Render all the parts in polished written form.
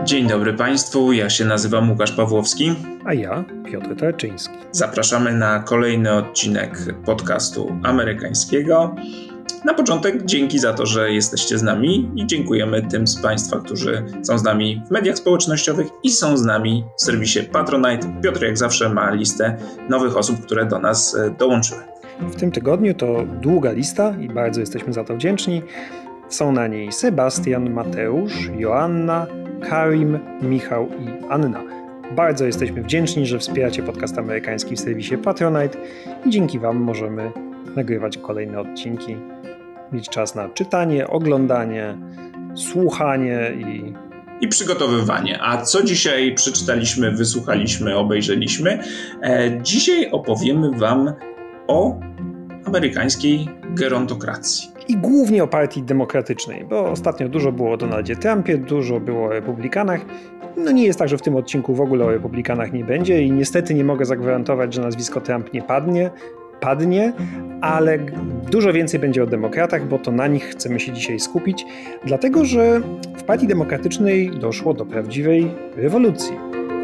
Dzień dobry Państwu, ja się nazywam Łukasz Pawłowski. A ja Piotr Tarczyński. Zapraszamy na kolejny odcinek podcastu amerykańskiego. Na początek dzięki za to, że jesteście z nami i dziękujemy tym z Państwa, którzy są z nami w mediach społecznościowych i są z nami w serwisie Patronite. Piotr jak zawsze ma listę nowych osób, które do nas dołączyły. W tym tygodniu to długa lista i bardzo jesteśmy za to wdzięczni. Są na niej Sebastian, Mateusz, Joanna, Karim, Michał i Anna. Bardzo jesteśmy wdzięczni, że wspieracie podcast amerykański w serwisie Patronite i dzięki Wam możemy nagrywać kolejne odcinki. Mieć czas na czytanie, oglądanie, słuchanie i przygotowywanie. A co dzisiaj przeczytaliśmy, wysłuchaliśmy, obejrzeliśmy? Dzisiaj opowiemy Wam o amerykańskiej gerontokracji. I głównie o partii demokratycznej, bo ostatnio dużo było o Donaldzie Trumpie, dużo było o republikanach. No nie jest tak, że w tym odcinku w ogóle o republikanach nie będzie i niestety nie mogę zagwarantować, że nazwisko Trump nie padnie, ale dużo więcej będzie o demokratach, bo to na nich chcemy się dzisiaj skupić, dlatego że w partii demokratycznej doszło do prawdziwej rewolucji.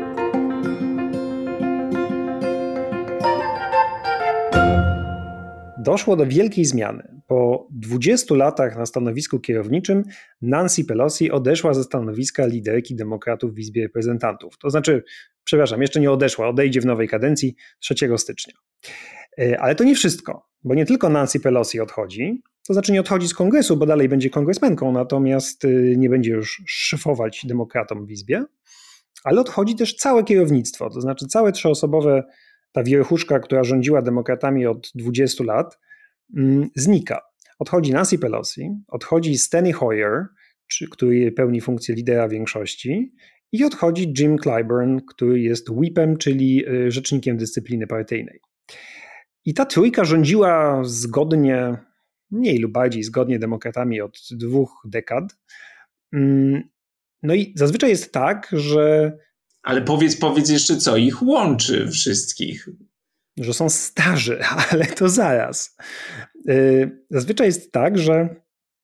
Doszło do wielkiej zmiany. Po 20 latach na stanowisku kierowniczym Nancy Pelosi odeszła ze stanowiska liderki demokratów w Izbie Reprezentantów. To znaczy, jeszcze nie odeszła, odejdzie w nowej kadencji 3 stycznia. Ale to nie wszystko, bo nie tylko Nancy Pelosi odchodzi, to znaczy nie odchodzi z kongresu, bo dalej będzie kongresmenką, natomiast nie będzie już szyfować demokratom w Izbie, ale odchodzi też całe kierownictwo, to znaczy całe 3-osobowe, ta wierchuszka, która rządziła demokratami od 20 lat, znika. Odchodzi Nancy Pelosi, odchodzi Steny Hoyer, który pełni funkcję lidera większości, i odchodzi Jim Clyburn, który jest whipem, czyli rzecznikiem dyscypliny partyjnej. I ta trójka rządziła zgodnie, mniej lub bardziej zgodnie demokratami od 2 dekad. No i zazwyczaj jest tak, że... Ale powiedz jeszcze, co ich łączy wszystkich. Że są starzy, ale to zaraz. Zazwyczaj jest tak, że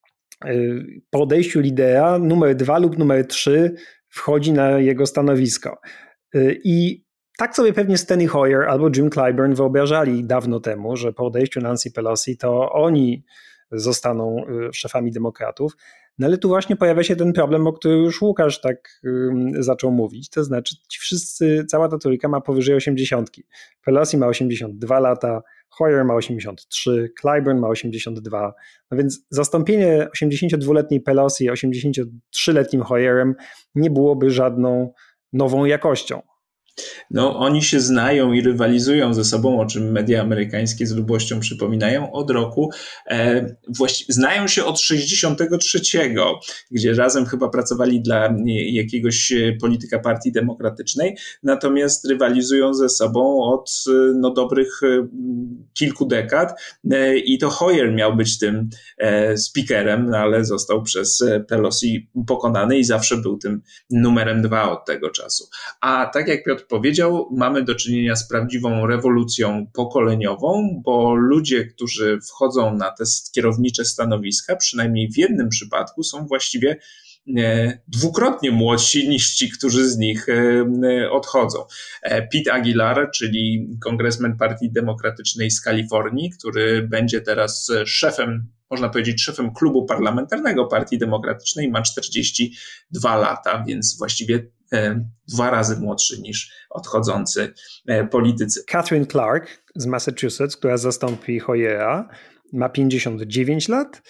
po odejściu lidera numer 2 lub numer 3 wchodzi na jego stanowisko. I tak sobie pewnie Steny Hoyer albo Jim Clyburn wyobrażali dawno temu, że po odejściu Nancy Pelosi to oni zostaną szefami demokratów. No ale tu właśnie pojawia się ten problem, o którym już Łukasz tak zaczął mówić, to znaczy ci wszyscy, cała ta trójka ma powyżej 80. Pelosi ma 82 lata, Hoyer ma 83, Clyburn ma 82, no więc zastąpienie 82-letniej Pelosi 83-letnim Hoyerem nie byłoby żadną nową jakością. No, oni się znają i rywalizują ze sobą, o czym media amerykańskie z lubością przypominają od roku. Znają się od 63, gdzie razem chyba pracowali dla jakiegoś polityka partii demokratycznej, natomiast rywalizują ze sobą od dobrych kilku dekad i to Hoyer miał być tym speakerem, ale został przez Pelosi pokonany i zawsze był tym numerem 2 od tego czasu. A tak jak Piotr powiedział, mamy do czynienia z prawdziwą rewolucją pokoleniową, bo ludzie, którzy wchodzą na te kierownicze stanowiska, przynajmniej w jednym przypadku, są właściwie dwukrotnie młodsi niż ci, którzy z nich odchodzą. Pete Aguilar, czyli kongresmen Partii Demokratycznej z Kalifornii, który będzie teraz można powiedzieć szefem klubu parlamentarnego Partii Demokratycznej, ma 42 lata, więc właściwie 2 razy młodszy niż odchodzący politycy. Katherine Clark z Massachusetts, która zastąpi Hoyera, ma 59 lat,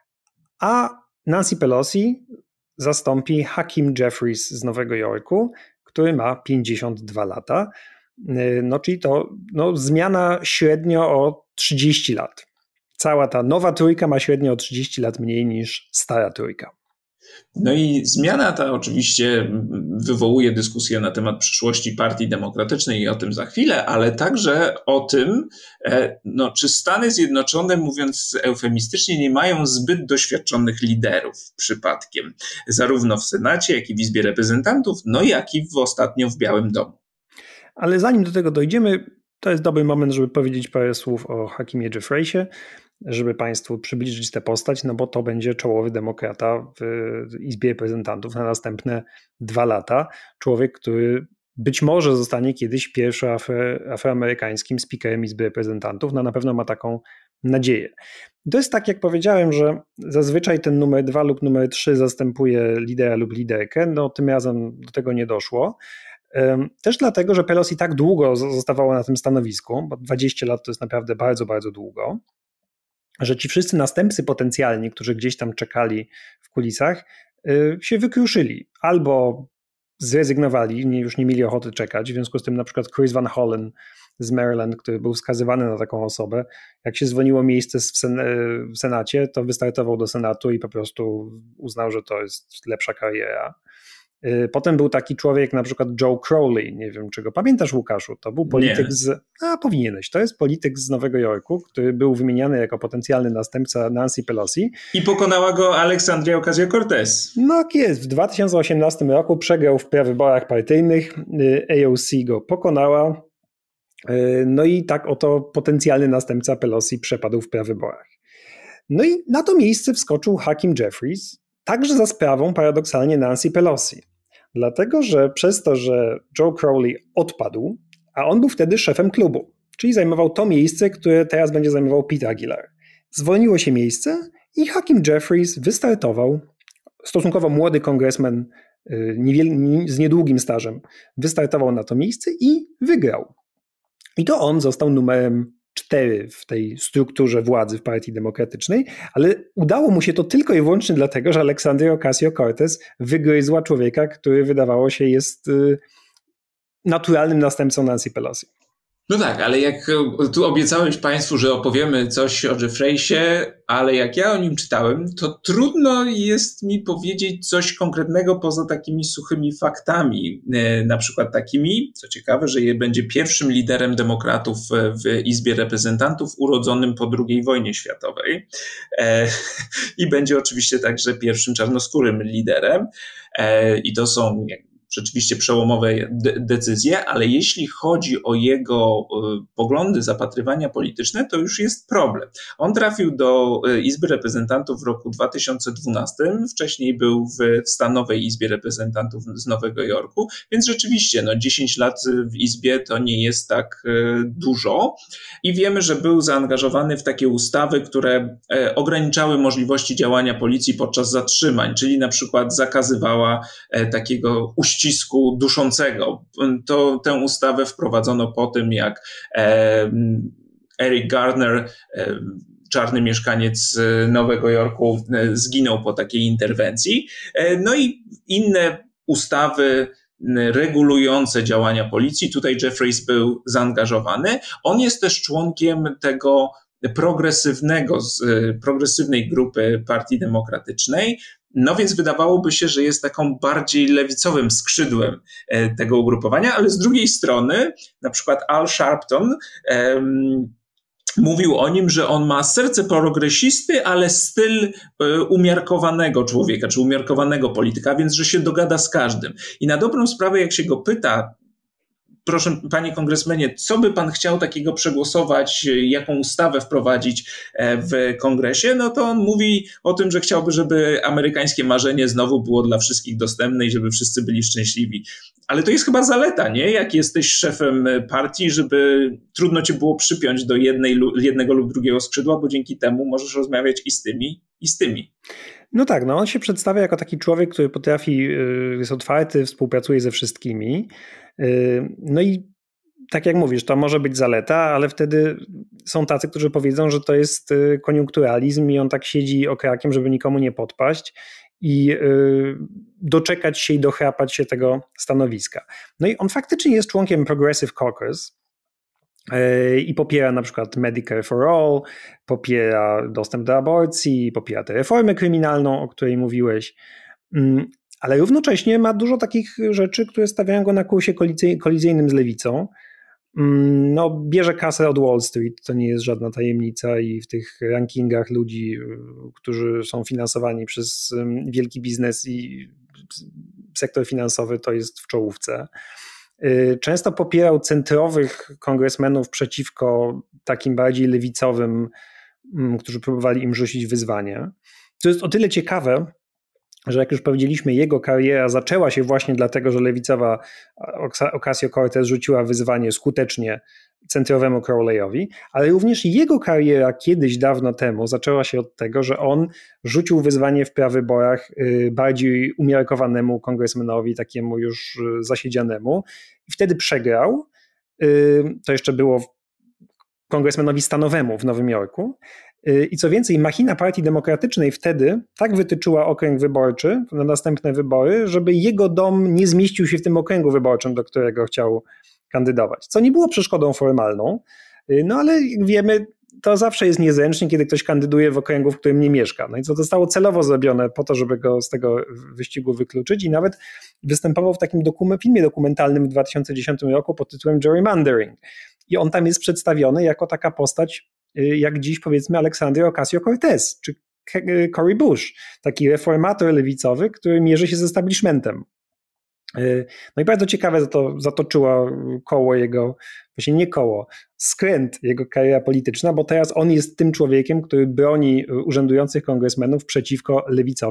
a Nancy Pelosi zastąpi Hakeem Jeffries z Nowego Jorku, który ma 52 lata. No, czyli to zmiana średnio o 30 lat. Cała ta nowa trójka ma średnio o 30 lat mniej niż stara trójka. No i zmiana ta oczywiście wywołuje dyskusję na temat przyszłości Partii Demokratycznej i o tym za chwilę, ale także o tym, czy Stany Zjednoczone, mówiąc eufemistycznie, nie mają zbyt doświadczonych liderów przypadkiem, zarówno w Senacie, jak i w Izbie Reprezentantów, jak i ostatnio w Białym Domu. Ale zanim do tego dojdziemy, to jest dobry moment, żeby powiedzieć parę słów o Hakeemie Jeffreysie. żeby państwu przybliżyć tę postać, no bo to będzie czołowy demokrata w Izbie Reprezentantów na następne 2 lata. Człowiek, który być może zostanie kiedyś pierwszym afroamerykańskim speakerem Izby Reprezentantów, no na pewno ma taką nadzieję. To jest tak, jak powiedziałem, że zazwyczaj ten numer 2 lub numer 3 zastępuje lidera lub liderkę, no tym razem do tego nie doszło. Też dlatego, że Pelosi tak długo zostawała na tym stanowisku, bo 20 lat to jest naprawdę bardzo, bardzo długo, że ci wszyscy następcy potencjalni, którzy gdzieś tam czekali w kulisach, się wykruszyli. Albo zrezygnowali, już nie mieli ochoty czekać, w związku z tym na przykład Chris Van Hollen z Maryland, który był wskazywany na taką osobę, jak się zwolniło miejsce w Senacie, to wystartował do Senatu i po prostu uznał, że to jest lepsza kariera. Potem był taki człowiek, na przykład Joe Crowley, nie wiem, czy go pamiętasz, Łukaszu, to był polityk powinieneś, to jest polityk z Nowego Jorku, który był wymieniany jako potencjalny następca Nancy Pelosi. I pokonała go Alexandria Ocasio-Cortez. No jest, w 2018 roku przegrał w prawyborach partyjnych, AOC go pokonała, no i tak oto potencjalny następca Pelosi przepadł w prawyborach. No i na to miejsce wskoczył Hakeem Jeffries, także za sprawą paradoksalnie Nancy Pelosi. Dlatego, że przez to, że Joe Crowley odpadł, a on był wtedy szefem klubu, czyli zajmował to miejsce, które teraz będzie zajmował Pete Aguilar. Zwolniło się miejsce i Hakeem Jeffries wystartował, stosunkowo młody kongresmen z niedługim stażem, wystartował na to miejsce i wygrał. I to on został numerem 4 w tej strukturze władzy w Partii Demokratycznej, ale udało mu się to tylko i wyłącznie dlatego, że Alexandria Ocasio-Cortez wygryzła człowieka, który wydawało się jest naturalnym następcą Nancy Pelosi. No tak, ale jak tu obiecałeś Państwu, że opowiemy coś o Jeffreysie, ale jak ja o nim czytałem, to trudno jest mi powiedzieć coś konkretnego poza takimi suchymi faktami. Na przykład takimi, co ciekawe, że będzie pierwszym liderem demokratów w Izbie Reprezentantów urodzonym po II wojnie światowej i będzie oczywiście także pierwszym czarnoskórym liderem i to są rzeczywiście przełomowe decyzje, ale jeśli chodzi o jego poglądy, zapatrywania polityczne, to już jest problem. On trafił do Izby Reprezentantów w roku 2012, wcześniej był w Stanowej Izbie Reprezentantów z Nowego Jorku, więc rzeczywiście 10 lat w Izbie to nie jest tak dużo i wiemy, że był zaangażowany w takie ustawy, które ograniczały możliwości działania policji podczas zatrzymań, czyli na przykład zakazywała takiego uścisku duszącego. Tę ustawę wprowadzono po tym, jak Eric Garner, czarny mieszkaniec Nowego Jorku, zginął po takiej interwencji. No i inne ustawy regulujące działania policji. Tutaj Jeffries był zaangażowany. On jest też członkiem tego progresywnej grupy Partii Demokratycznej. No więc wydawałoby się, że jest taką bardziej lewicowym skrzydłem tego ugrupowania, ale z drugiej strony na przykład Al Sharpton mówił o nim, że on ma serce progresisty, ale styl umiarkowanego człowieka, czy umiarkowanego polityka, więc że się dogada z każdym. I na dobrą sprawę, jak się go pyta, proszę, panie kongresmenie, co by pan chciał takiego przegłosować, jaką ustawę wprowadzić w kongresie, no to on mówi o tym, że chciałby, żeby amerykańskie marzenie znowu było dla wszystkich dostępne i żeby wszyscy byli szczęśliwi. Ale to jest chyba zaleta, nie? Jak jesteś szefem partii, żeby trudno cię było przypiąć do jednego lub drugiego skrzydła, bo dzięki temu możesz rozmawiać i z tymi, i z tymi. No tak, on się przedstawia jako taki człowiek, który potrafi, jest otwarty, współpracuje ze wszystkimi. No i tak jak mówisz, to może być zaleta, ale wtedy są tacy, którzy powiedzą, że to jest koniunkturalizm i on tak siedzi okrakiem, żeby nikomu nie podpaść i doczekać się i dochrapać się tego stanowiska. No i on faktycznie jest członkiem Progressive Caucus i popiera na przykład Medicare for All, popiera dostęp do aborcji, popiera tę reformę kryminalną, o której mówiłeś, ale równocześnie ma dużo takich rzeczy, które stawiają go na kursie kolizyjnym z lewicą. No, bierze kasę od Wall Street, to nie jest żadna tajemnica i w tych rankingach ludzi, którzy są finansowani przez wielki biznes i sektor finansowy, to jest w czołówce. Często popierał centrowych kongresmenów przeciwko takim bardziej lewicowym którzy próbowali im rzucić wyzwanie. To jest o tyle ciekawe, że jak już powiedzieliśmy, jego kariera zaczęła się właśnie dlatego, że lewicowa Ocasio-Cortez rzuciła wyzwanie skutecznie centrowemu Crowleyowi, ale również jego kariera kiedyś dawno temu zaczęła się od tego, że on rzucił wyzwanie w prawyborach bardziej umiarkowanemu kongresmenowi, takiemu już zasiedzianemu i wtedy przegrał. To jeszcze było kongresmenowi stanowemu w Nowym Jorku. I co więcej, machina Partii Demokratycznej wtedy tak wytyczyła okręg wyborczy na następne wybory, żeby jego dom nie zmieścił się w tym okręgu wyborczym, do którego chciał kandydować, co nie było przeszkodą formalną, no ale jak wiemy, to zawsze jest niezręcznie, kiedy ktoś kandyduje w okręgu, w którym nie mieszka. No i to zostało celowo zrobione po to, żeby go z tego wyścigu wykluczyć i nawet występował w takim filmie dokumentalnym w 2010 roku pod tytułem Gerrymandering. I on tam jest przedstawiony jako taka postać, jak dziś powiedzmy Alexandria Ocasio-Cortez czy Cory Bush, taki reformator lewicowy, który mierzy się z establishmentem. No i bardzo ciekawe zatoczyło koło jego, właśnie nie koło, skręt jego kariera polityczna, bo teraz on jest tym człowiekiem, który broni urzędujących kongresmenów przeciwko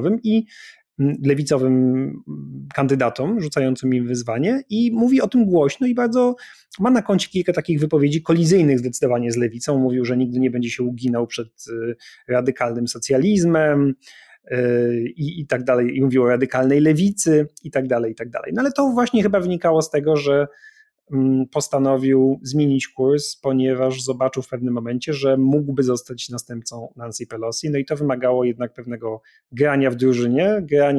lewicowym kandydatom rzucającym im wyzwanie i mówi o tym głośno i bardzo ma na koncie kilka takich wypowiedzi kolizyjnych zdecydowanie z lewicą. Mówił, że nigdy nie będzie się uginał przed radykalnym socjalizmem i tak dalej. I mówił o radykalnej lewicy i tak dalej, i tak dalej. No ale to właśnie chyba wynikało z tego, że postanowił zmienić kurs, ponieważ zobaczył w pewnym momencie, że mógłby zostać następcą Nancy Pelosi, no i to wymagało jednak pewnego grania w drużynie,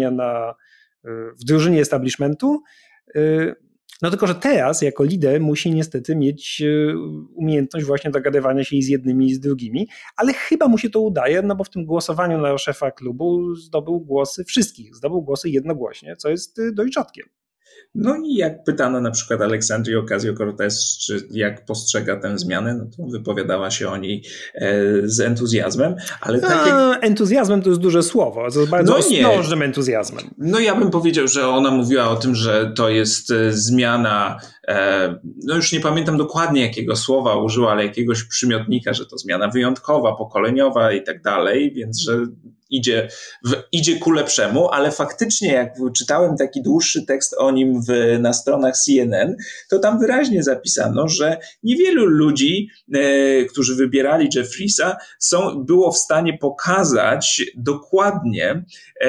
w drużynie establishmentu, no tylko, że teraz jako lider musi niestety mieć umiejętność właśnie dogadywania się i z jednymi i z drugimi, ale chyba mu się to udaje, no bo w tym głosowaniu na szefa klubu zdobył głosy wszystkich, zdobył głosy jednogłośnie, co jest dość rzadkie. No i jak pytano na przykład Alexandrii Ocasio-Cortez, czy jak postrzega tę zmianę, no to wypowiadała się o niej z entuzjazmem, ale entuzjazmem to jest duże słowo, to jest bardzo ostrożnym entuzjazmem. No ja bym powiedział, że ona mówiła o tym, że to jest zmiana, no już nie pamiętam dokładnie jakiego słowa użyła, ale jakiegoś przymiotnika, że to zmiana wyjątkowa, pokoleniowa i tak dalej, więc że idzie ku lepszemu, ale faktycznie jak czytałem taki dłuższy tekst o nim na stronach CNN, to tam wyraźnie zapisano, że niewielu ludzi, którzy wybierali Jeffriesa, było w stanie pokazać dokładnie,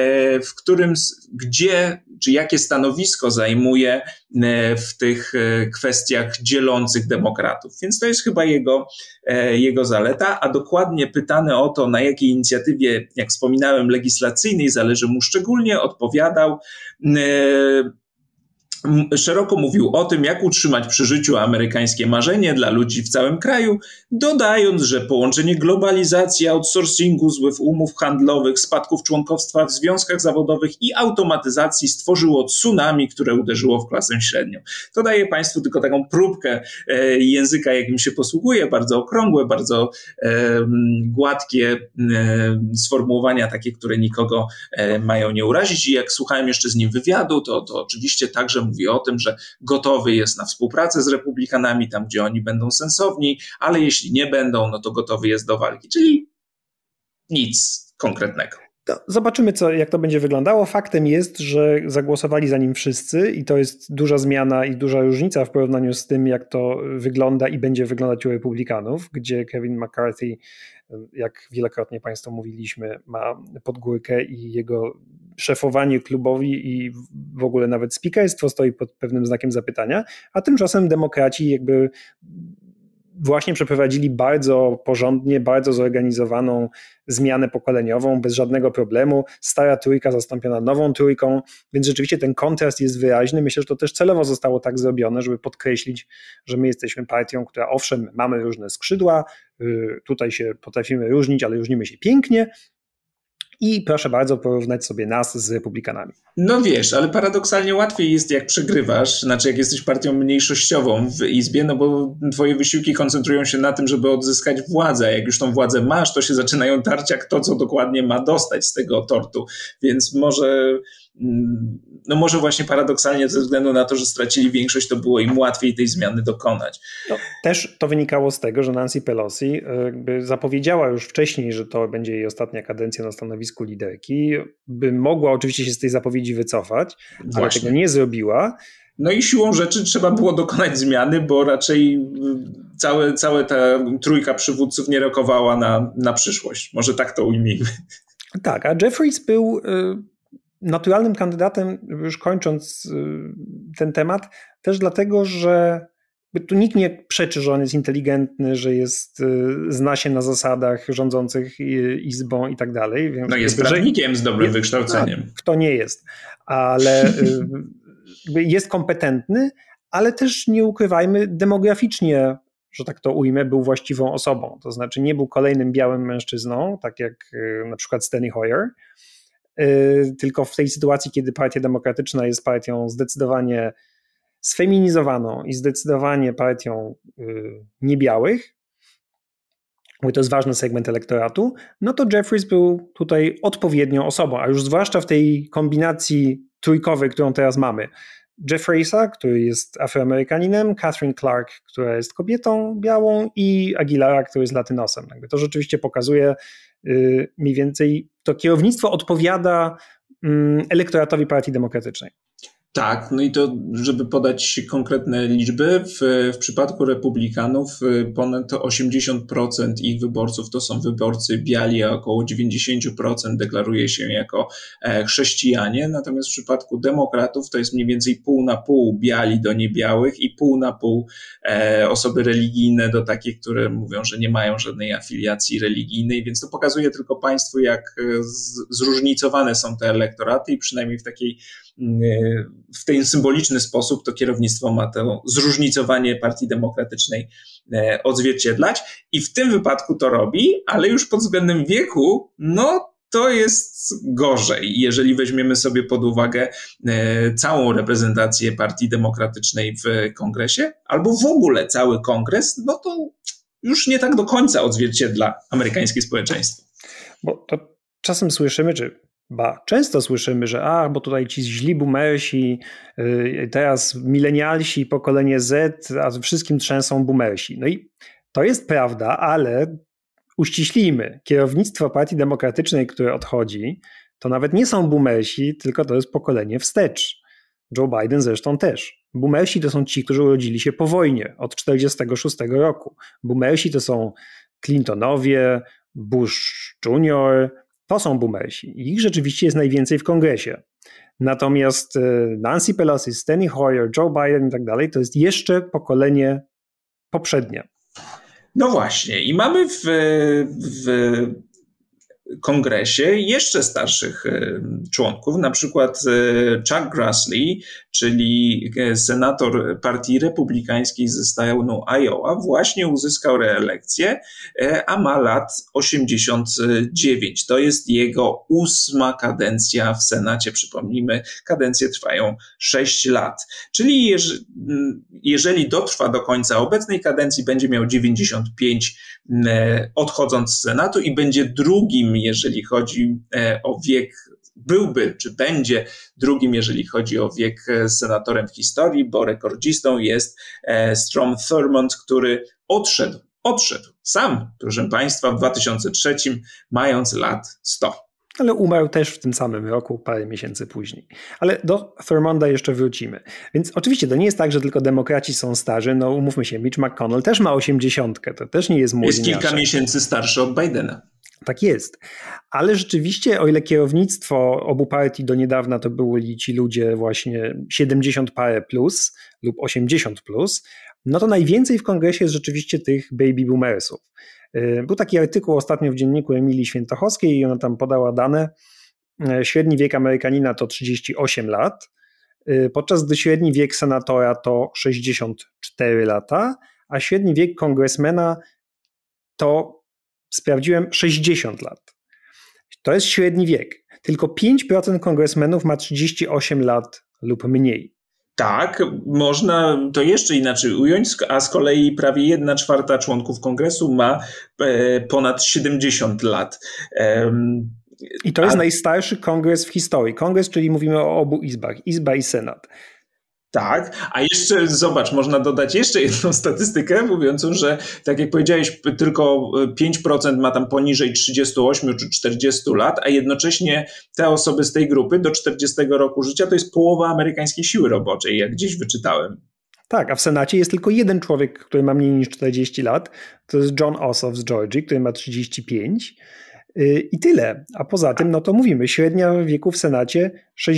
czy jakie stanowisko zajmuje w tych kwestiach dzielących demokratów. Więc to jest chyba jego zaleta, a dokładnie pytany o to, na jakiej inicjatywie, jak wspominałem, legislacyjnej zależy mu szczególnie, odpowiadał. Szeroko mówił o tym, jak utrzymać przy życiu amerykańskie marzenie dla ludzi w całym kraju, dodając, że połączenie globalizacji, outsourcingu, złych umów handlowych, spadków członkostwa w związkach zawodowych i automatyzacji stworzyło tsunami, które uderzyło w klasę średnią. To daje Państwu tylko taką próbkę języka, jakim się posługuje, bardzo okrągłe, bardzo gładkie sformułowania, takie, które nikogo mają nie urazić. I jak słuchałem jeszcze z nim wywiadu, to oczywiście także mówi o tym, że gotowy jest na współpracę z republikanami tam, gdzie oni będą sensowni, ale jeśli nie będą, no to gotowy jest do walki. Czyli nic konkretnego. To zobaczymy, jak to będzie wyglądało. Faktem jest, że zagłosowali za nim wszyscy i to jest duża zmiana i duża różnica w porównaniu z tym, jak to wygląda i będzie wyglądać u republikanów, gdzie Kevin McCarthy, jak wielokrotnie Państwu mówiliśmy, ma podgórkę i jego szefowanie klubowi i w ogóle nawet speakerstwo stoi pod pewnym znakiem zapytania, a tymczasem demokraci jakby właśnie przeprowadzili bardzo porządnie, bardzo zorganizowaną zmianę pokoleniową, bez żadnego problemu. Stara trójka zastąpiona nową trójką, więc rzeczywiście ten kontrast jest wyraźny. Myślę, że to też celowo zostało tak zrobione, żeby podkreślić, że my jesteśmy partią, która owszem, mamy różne skrzydła, tutaj się potrafimy różnić, ale różnimy się pięknie. I proszę bardzo porównać sobie nas z republikanami. No wiesz, ale paradoksalnie łatwiej jest, jak przegrywasz, znaczy jak jesteś partią mniejszościową w Izbie, no bo twoje wysiłki koncentrują się na tym, żeby odzyskać władzę. Jak już tą władzę masz, to się zaczynają tarcia, kto co dokładnie ma dostać z tego tortu. Więc może właśnie paradoksalnie ze względu na to, że stracili większość, to było im łatwiej tej zmiany dokonać. No, też to wynikało z tego, że Nancy Pelosi jakby zapowiedziała już wcześniej, że to będzie jej ostatnia kadencja na stanowisku liderki. By mogła oczywiście się z tej zapowiedzi wycofać, ale tego nie zrobiła. No i siłą rzeczy trzeba było dokonać zmiany, bo raczej cała ta trójka przywódców nie rokowała na przyszłość. Może tak to ujmijmy. Tak, a Jeffries był naturalnym kandydatem, już kończąc ten temat, też dlatego, że tu nikt nie przeczy, że on jest inteligentny, że zna się na zasadach rządzących Izbą i tak dalej. No jest prawnikiem z dobrym wykształceniem. Tak, kto nie jest, ale jest kompetentny, ale też nie ukrywajmy, demograficznie, że tak to ujmę, był właściwą osobą. To znaczy nie był kolejnym białym mężczyzną, tak jak na przykład Steny Hoyer, tylko w tej sytuacji, kiedy Partia Demokratyczna jest partią zdecydowanie sfeminizowaną i zdecydowanie partią niebiałych, bo to jest ważny segment elektoratu, no to Jeffries był tutaj odpowiednią osobą, a już zwłaszcza w tej kombinacji trójkowej, którą teraz mamy. Jeffreysa, który jest Afroamerykaninem, Catherine Clark, która jest kobietą białą i Aguilara, który jest latynosem. To rzeczywiście pokazuje mniej więcej, to kierownictwo odpowiada elektoratowi Partii Demokratycznej. Tak, no i to, żeby podać konkretne liczby, w przypadku republikanów ponad 80% ich wyborców to są wyborcy biali, a około 90% deklaruje się jako chrześcijanie, natomiast w przypadku demokratów to jest mniej więcej pół na pół biali do niebiałych i pół na pół osoby religijne do takich, które mówią, że nie mają żadnej afiliacji religijnej, więc to pokazuje tylko państwu, jak zróżnicowane są te elektoraty i przynajmniej w ten symboliczny sposób to kierownictwo ma to zróżnicowanie Partii Demokratycznej odzwierciedlać i w tym wypadku to robi, ale już pod względem wieku, no to jest gorzej. Jeżeli weźmiemy sobie pod uwagę całą reprezentację Partii Demokratycznej w kongresie, albo w ogóle cały kongres, no to już nie tak do końca odzwierciedla amerykańskie społeczeństwo. Bo to czasem słyszymy, często słyszymy, że bo tutaj ci źli boomersi, teraz milenialsi, pokolenie Z, a wszystkim trzęsą boomersi. No i to jest prawda, ale uściślijmy, kierownictwo Partii Demokratycznej, które odchodzi, to nawet nie są boomersi, tylko to jest pokolenie wstecz. Joe Biden zresztą też. Boomersi to są ci, którzy urodzili się po wojnie od 1946 roku. Boomersi to są Clintonowie, Bush Jr., to są boomersi. Ich rzeczywiście jest najwięcej w kongresie. Natomiast Nancy Pelosi, Steny Hoyer, Joe Biden i tak dalej, to jest jeszcze pokolenie poprzednie. No właśnie. I mamy w kongresie jeszcze starszych członków, na przykład Chuck Grassley, czyli senator partii republikańskiej ze stanu Iowa, właśnie uzyskał reelekcję, a ma lat 89. To jest jego 8. kadencja w Senacie. Przypomnijmy, kadencje trwają 6 lat. Czyli jeżeli dotrwa do końca obecnej kadencji, będzie miał 95 odchodząc z Senatu i będzie drugim, jeżeli chodzi o wiek, będzie drugim, jeżeli chodzi o wiek senatorem w historii, bo rekordzistą jest Strom Thurmond, który odszedł sam, proszę Państwa, w 2003, mając lat 100. Ale umarł też w tym samym roku, parę miesięcy później. Ale do Thurmonda jeszcze wrócimy. Więc oczywiście to nie jest tak, że tylko demokraci są starzy. No umówmy się, Mitch McConnell też ma 80, to też nie jest młodzieniaszek. Jest kilka miesięcy starszy od Bidena. Tak jest. Ale rzeczywiście, o ile kierownictwo obu partii do niedawna to byli ci ludzie właśnie 70 parę plus lub 80 plus, no to najwięcej w kongresie jest rzeczywiście tych baby boomersów. Był taki artykuł ostatnio w dzienniku Emilii Świętochowskiej i ona tam podała dane. Średni wiek Amerykanina to 38 lat, podczas gdy średni wiek senatora to 64 lata, a średni wiek kongresmena to, sprawdziłem, 60 lat. To jest średni wiek. Tylko 5% kongresmenów ma 38 lat lub mniej. Tak, można to jeszcze inaczej ująć, a z kolei prawie 1/4 członków kongresu ma ponad 70 lat. I to jest najstarszy kongres w historii. Kongres, czyli mówimy o obu izbach, Izba i Senat. Tak, a jeszcze zobacz, można dodać jeszcze jedną statystykę mówiącą, że tak jak powiedziałeś, tylko 5% ma tam poniżej 38 czy 40 lat, a jednocześnie te osoby z tej grupy do 40 roku życia to jest połowa amerykańskiej siły roboczej, jak gdzieś wyczytałem. Tak, a w Senacie jest tylko jeden człowiek, który ma mniej niż 40 lat, to jest John Ossoff z Georgii, który ma 35 i tyle. A poza tym, no to mówimy, średnia wieku w Senacie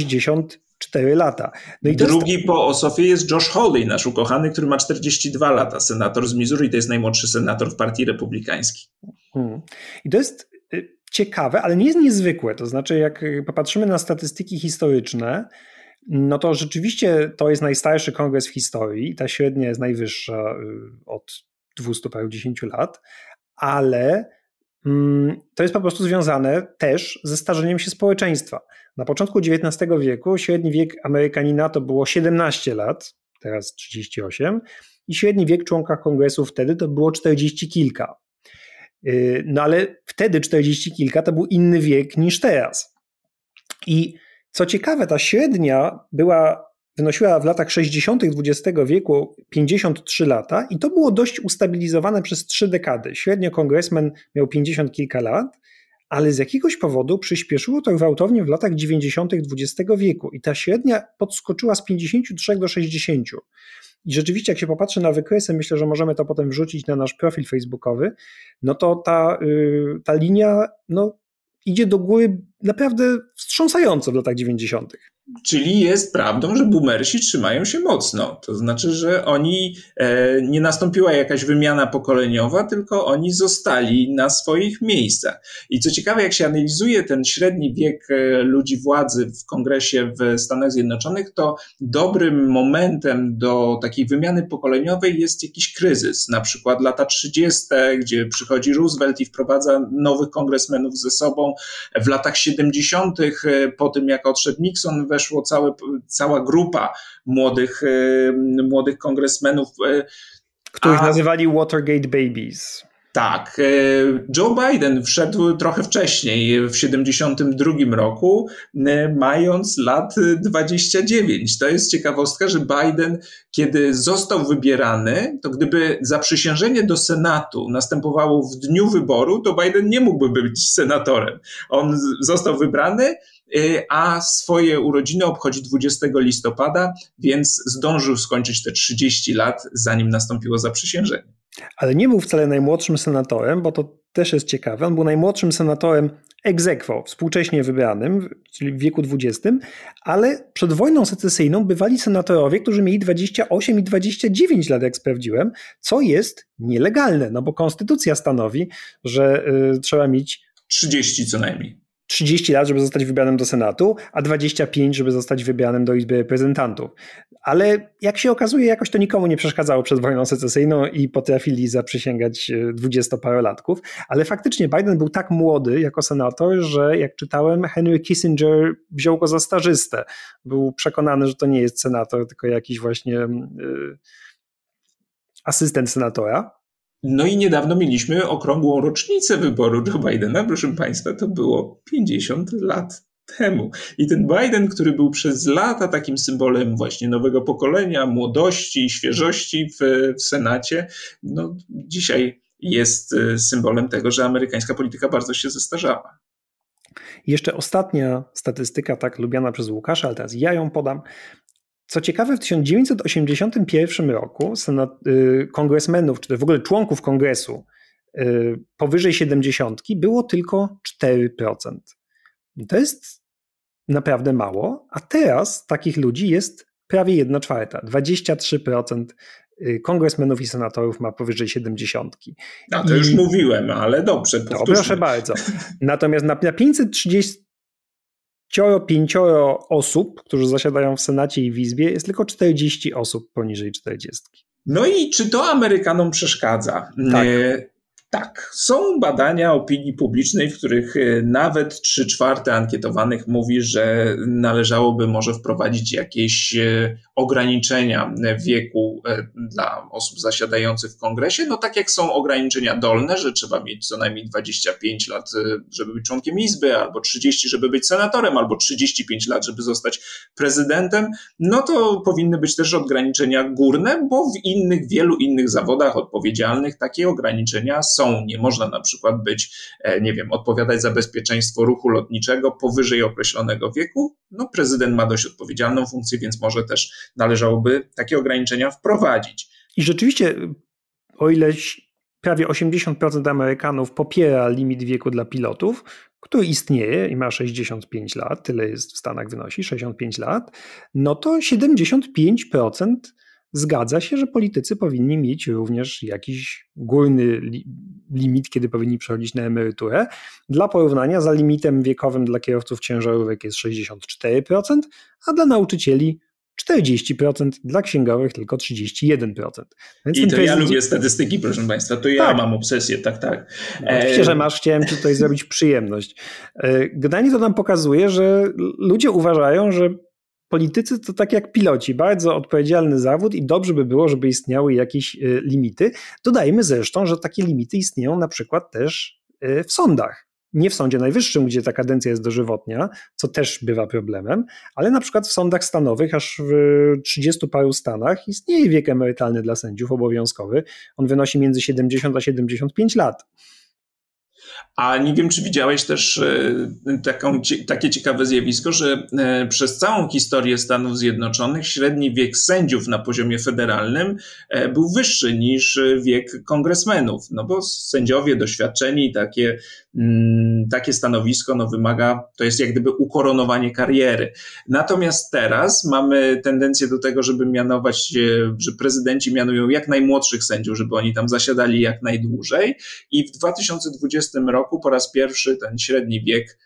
64 lata. No i drugi po Ossoffie jest Josh Hawley, nasz ukochany, który ma 42 lata, senator z Missouri, to jest najmłodszy senator w partii republikańskiej. I to jest ciekawe, ale nie jest niezwykłe. To znaczy, jak popatrzymy na statystyki historyczne, no to rzeczywiście to jest najstarszy kongres w historii. Ta średnia jest najwyższa od 200 parudziesięciu lat, ale to jest po prostu związane też ze starzeniem się społeczeństwa. Na początku XIX wieku średni wiek Amerykanina to było 17 lat, teraz 38, i średni wiek członka kongresu wtedy to było 40 kilka. No ale wtedy 40 kilka to był inny wiek niż teraz. I co ciekawe, ta średnia wynosiła w latach 60. XX wieku 53 lata i to było dość ustabilizowane przez 3 dekady. Średnio kongresmen miał 50 kilka lat, ale z jakiegoś powodu przyspieszyło to gwałtownie w latach 90. XX wieku i ta średnia podskoczyła z 53 do 60. I rzeczywiście, jak się popatrzy na wykresy, myślę, że możemy to potem wrzucić na nasz profil facebookowy, no to ta linia idzie do góry naprawdę wstrząsająco w latach 90. Czyli jest prawdą, że boomersi trzymają się mocno. To znaczy, że nie nastąpiła jakaś wymiana pokoleniowa, tylko oni zostali na swoich miejscach. I co ciekawe, jak się analizuje ten średni wiek ludzi władzy w kongresie w Stanach Zjednoczonych, to dobrym momentem do takiej wymiany pokoleniowej jest jakiś kryzys. Na przykład lata 30., gdzie przychodzi Roosevelt i wprowadza nowych kongresmenów ze sobą. W latach 70., po tym jak odszedł Nixon, weszło cała grupa młodych kongresmenów. Których nazywali Watergate Babies. Tak. Joe Biden wszedł trochę wcześniej, w 72 roku, mając lat 29. To jest ciekawostka, że Biden, kiedy został wybierany, to gdyby zaprzysiężenie do Senatu następowało w dniu wyboru, to Biden nie mógłby być senatorem. On został wybrany, a swoje urodziny obchodzi 20 listopada, więc zdążył skończyć te 30 lat, zanim nastąpiło zaprzysiężenie. Ale nie był wcale najmłodszym senatorem, bo to też jest ciekawe. On był najmłodszym senatorem ex aequo, współcześnie wybranym, czyli w wieku 20, ale przed wojną secesyjną bywali senatorowie, którzy mieli 28 i 29 lat, jak sprawdziłem, co jest nielegalne, no bo konstytucja stanowi, że trzeba mieć 30 co najmniej. 30 lat, żeby zostać wybranym do Senatu, a 25, żeby zostać wybranym do Izby Reprezentantów. Ale jak się okazuje, jakoś to nikomu nie przeszkadzało przed wojną secesyjną i potrafili zaprzysięgać 20-parolatków. Ale faktycznie Biden był tak młody jako senator, że jak czytałem, Henry Kissinger wziął go za stażystę. Był przekonany, że to nie jest senator, tylko jakiś właśnie asystent senatora. No i niedawno mieliśmy okrągłą rocznicę wyboru Joe Bidena, proszę Państwa, to było 50 lat temu. I ten Biden, który był przez lata takim symbolem właśnie nowego pokolenia, młodości, świeżości w Senacie, no dzisiaj jest symbolem tego, że amerykańska polityka bardzo się zestarzała. Jeszcze ostatnia statystyka, tak lubiana przez Łukasza, ale teraz ja ją podam. Co ciekawe, w 1981 roku kongresmenów, czy w ogóle członków kongresu powyżej 70 było tylko 4%. To jest naprawdę mało, a teraz takich ludzi jest prawie 1/4. 23% kongresmenów i senatorów ma powyżej 70. No to już mówiłem, ale dobrze, powtórzmy. Proszę bardzo. Natomiast na 535 osób, którzy zasiadają w Senacie i w Izbie, jest tylko 40 osób poniżej 40. No i czy to Amerykanom przeszkadza? Tak. Tak, są badania opinii publicznej, w których nawet 3/4 ankietowanych mówi, że należałoby może wprowadzić jakieś ograniczenia wieku dla osób zasiadających w kongresie. No tak jak są ograniczenia dolne, że trzeba mieć co najmniej 25 lat, żeby być członkiem Izby, albo 30, żeby być senatorem, albo 35 lat, żeby zostać prezydentem, no to powinny być też ograniczenia górne, bo w wielu innych zawodach odpowiedzialnych takie ograniczenia są. Nie można na przykład być, odpowiadać za bezpieczeństwo ruchu lotniczego powyżej określonego wieku. No, prezydent ma dość odpowiedzialną funkcję, więc może też należałoby takie ograniczenia wprowadzić. I rzeczywiście, o ile prawie 80% Amerykanów popiera limit wieku dla pilotów, który istnieje i ma 65 lat, tyle jest w Stanach wynosi, 65 lat, no to 75% zgadza się, że politycy powinni mieć również jakiś górny limit, kiedy powinni przechodzić na emeryturę. Dla porównania, za limitem wiekowym dla kierowców ciężarówek jest 64%, a dla nauczycieli 40%, dla księgowych tylko 31%. Więc i to ja lubię statystyki, proszę Państwa, to ja mam obsesję, tak. No, oczywiście, że masz, chciałem Ci tutaj zrobić przyjemność. Generalnie to nam pokazuje, że ludzie uważają, że politycy to tak jak piloci, bardzo odpowiedzialny zawód i dobrze by było, żeby istniały jakieś limity. Dodajmy zresztą, że takie limity istnieją na przykład też w sądach. Nie w Sądzie Najwyższym, gdzie ta kadencja jest dożywotnia, co też bywa problemem, ale na przykład w sądach stanowych, aż w 30 paru stanach istnieje wiek emerytalny dla sędziów obowiązkowy. On wynosi między 70 a 75 lat. A nie wiem, czy widziałeś też takie ciekawe zjawisko, że przez całą historię Stanów Zjednoczonych średni wiek sędziów na poziomie federalnym był wyższy niż wiek kongresmenów, no bo sędziowie doświadczeni, takie stanowisko wymaga, to jest jak gdyby ukoronowanie kariery. Natomiast teraz mamy tendencję do tego, żeby mianować, że prezydenci mianują jak najmłodszych sędziów, żeby oni tam zasiadali jak najdłużej i w 2020 roku po raz pierwszy ten średni wiek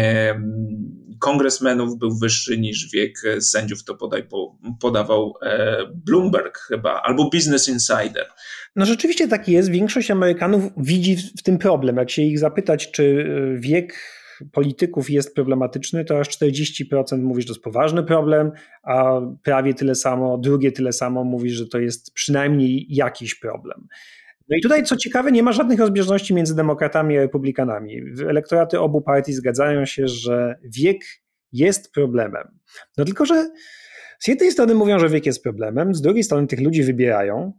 kongresmenów był wyższy niż wiek sędziów, to podawał Bloomberg chyba, albo Business Insider. No rzeczywiście tak jest. Większość Amerykanów widzi w tym problem. Jak się ich zapytać, czy wiek polityków jest problematyczny, to aż 40% mówi, że to jest poważny problem, a prawie tyle samo, drugie tyle samo mówi, że to jest przynajmniej jakiś problem. No i tutaj, co ciekawe, nie ma żadnych rozbieżności między demokratami a republikanami. Elektoraty obu partii zgadzają się, że wiek jest problemem. No tylko, że z jednej strony mówią, że wiek jest problemem, z drugiej strony tych ludzi wybierają.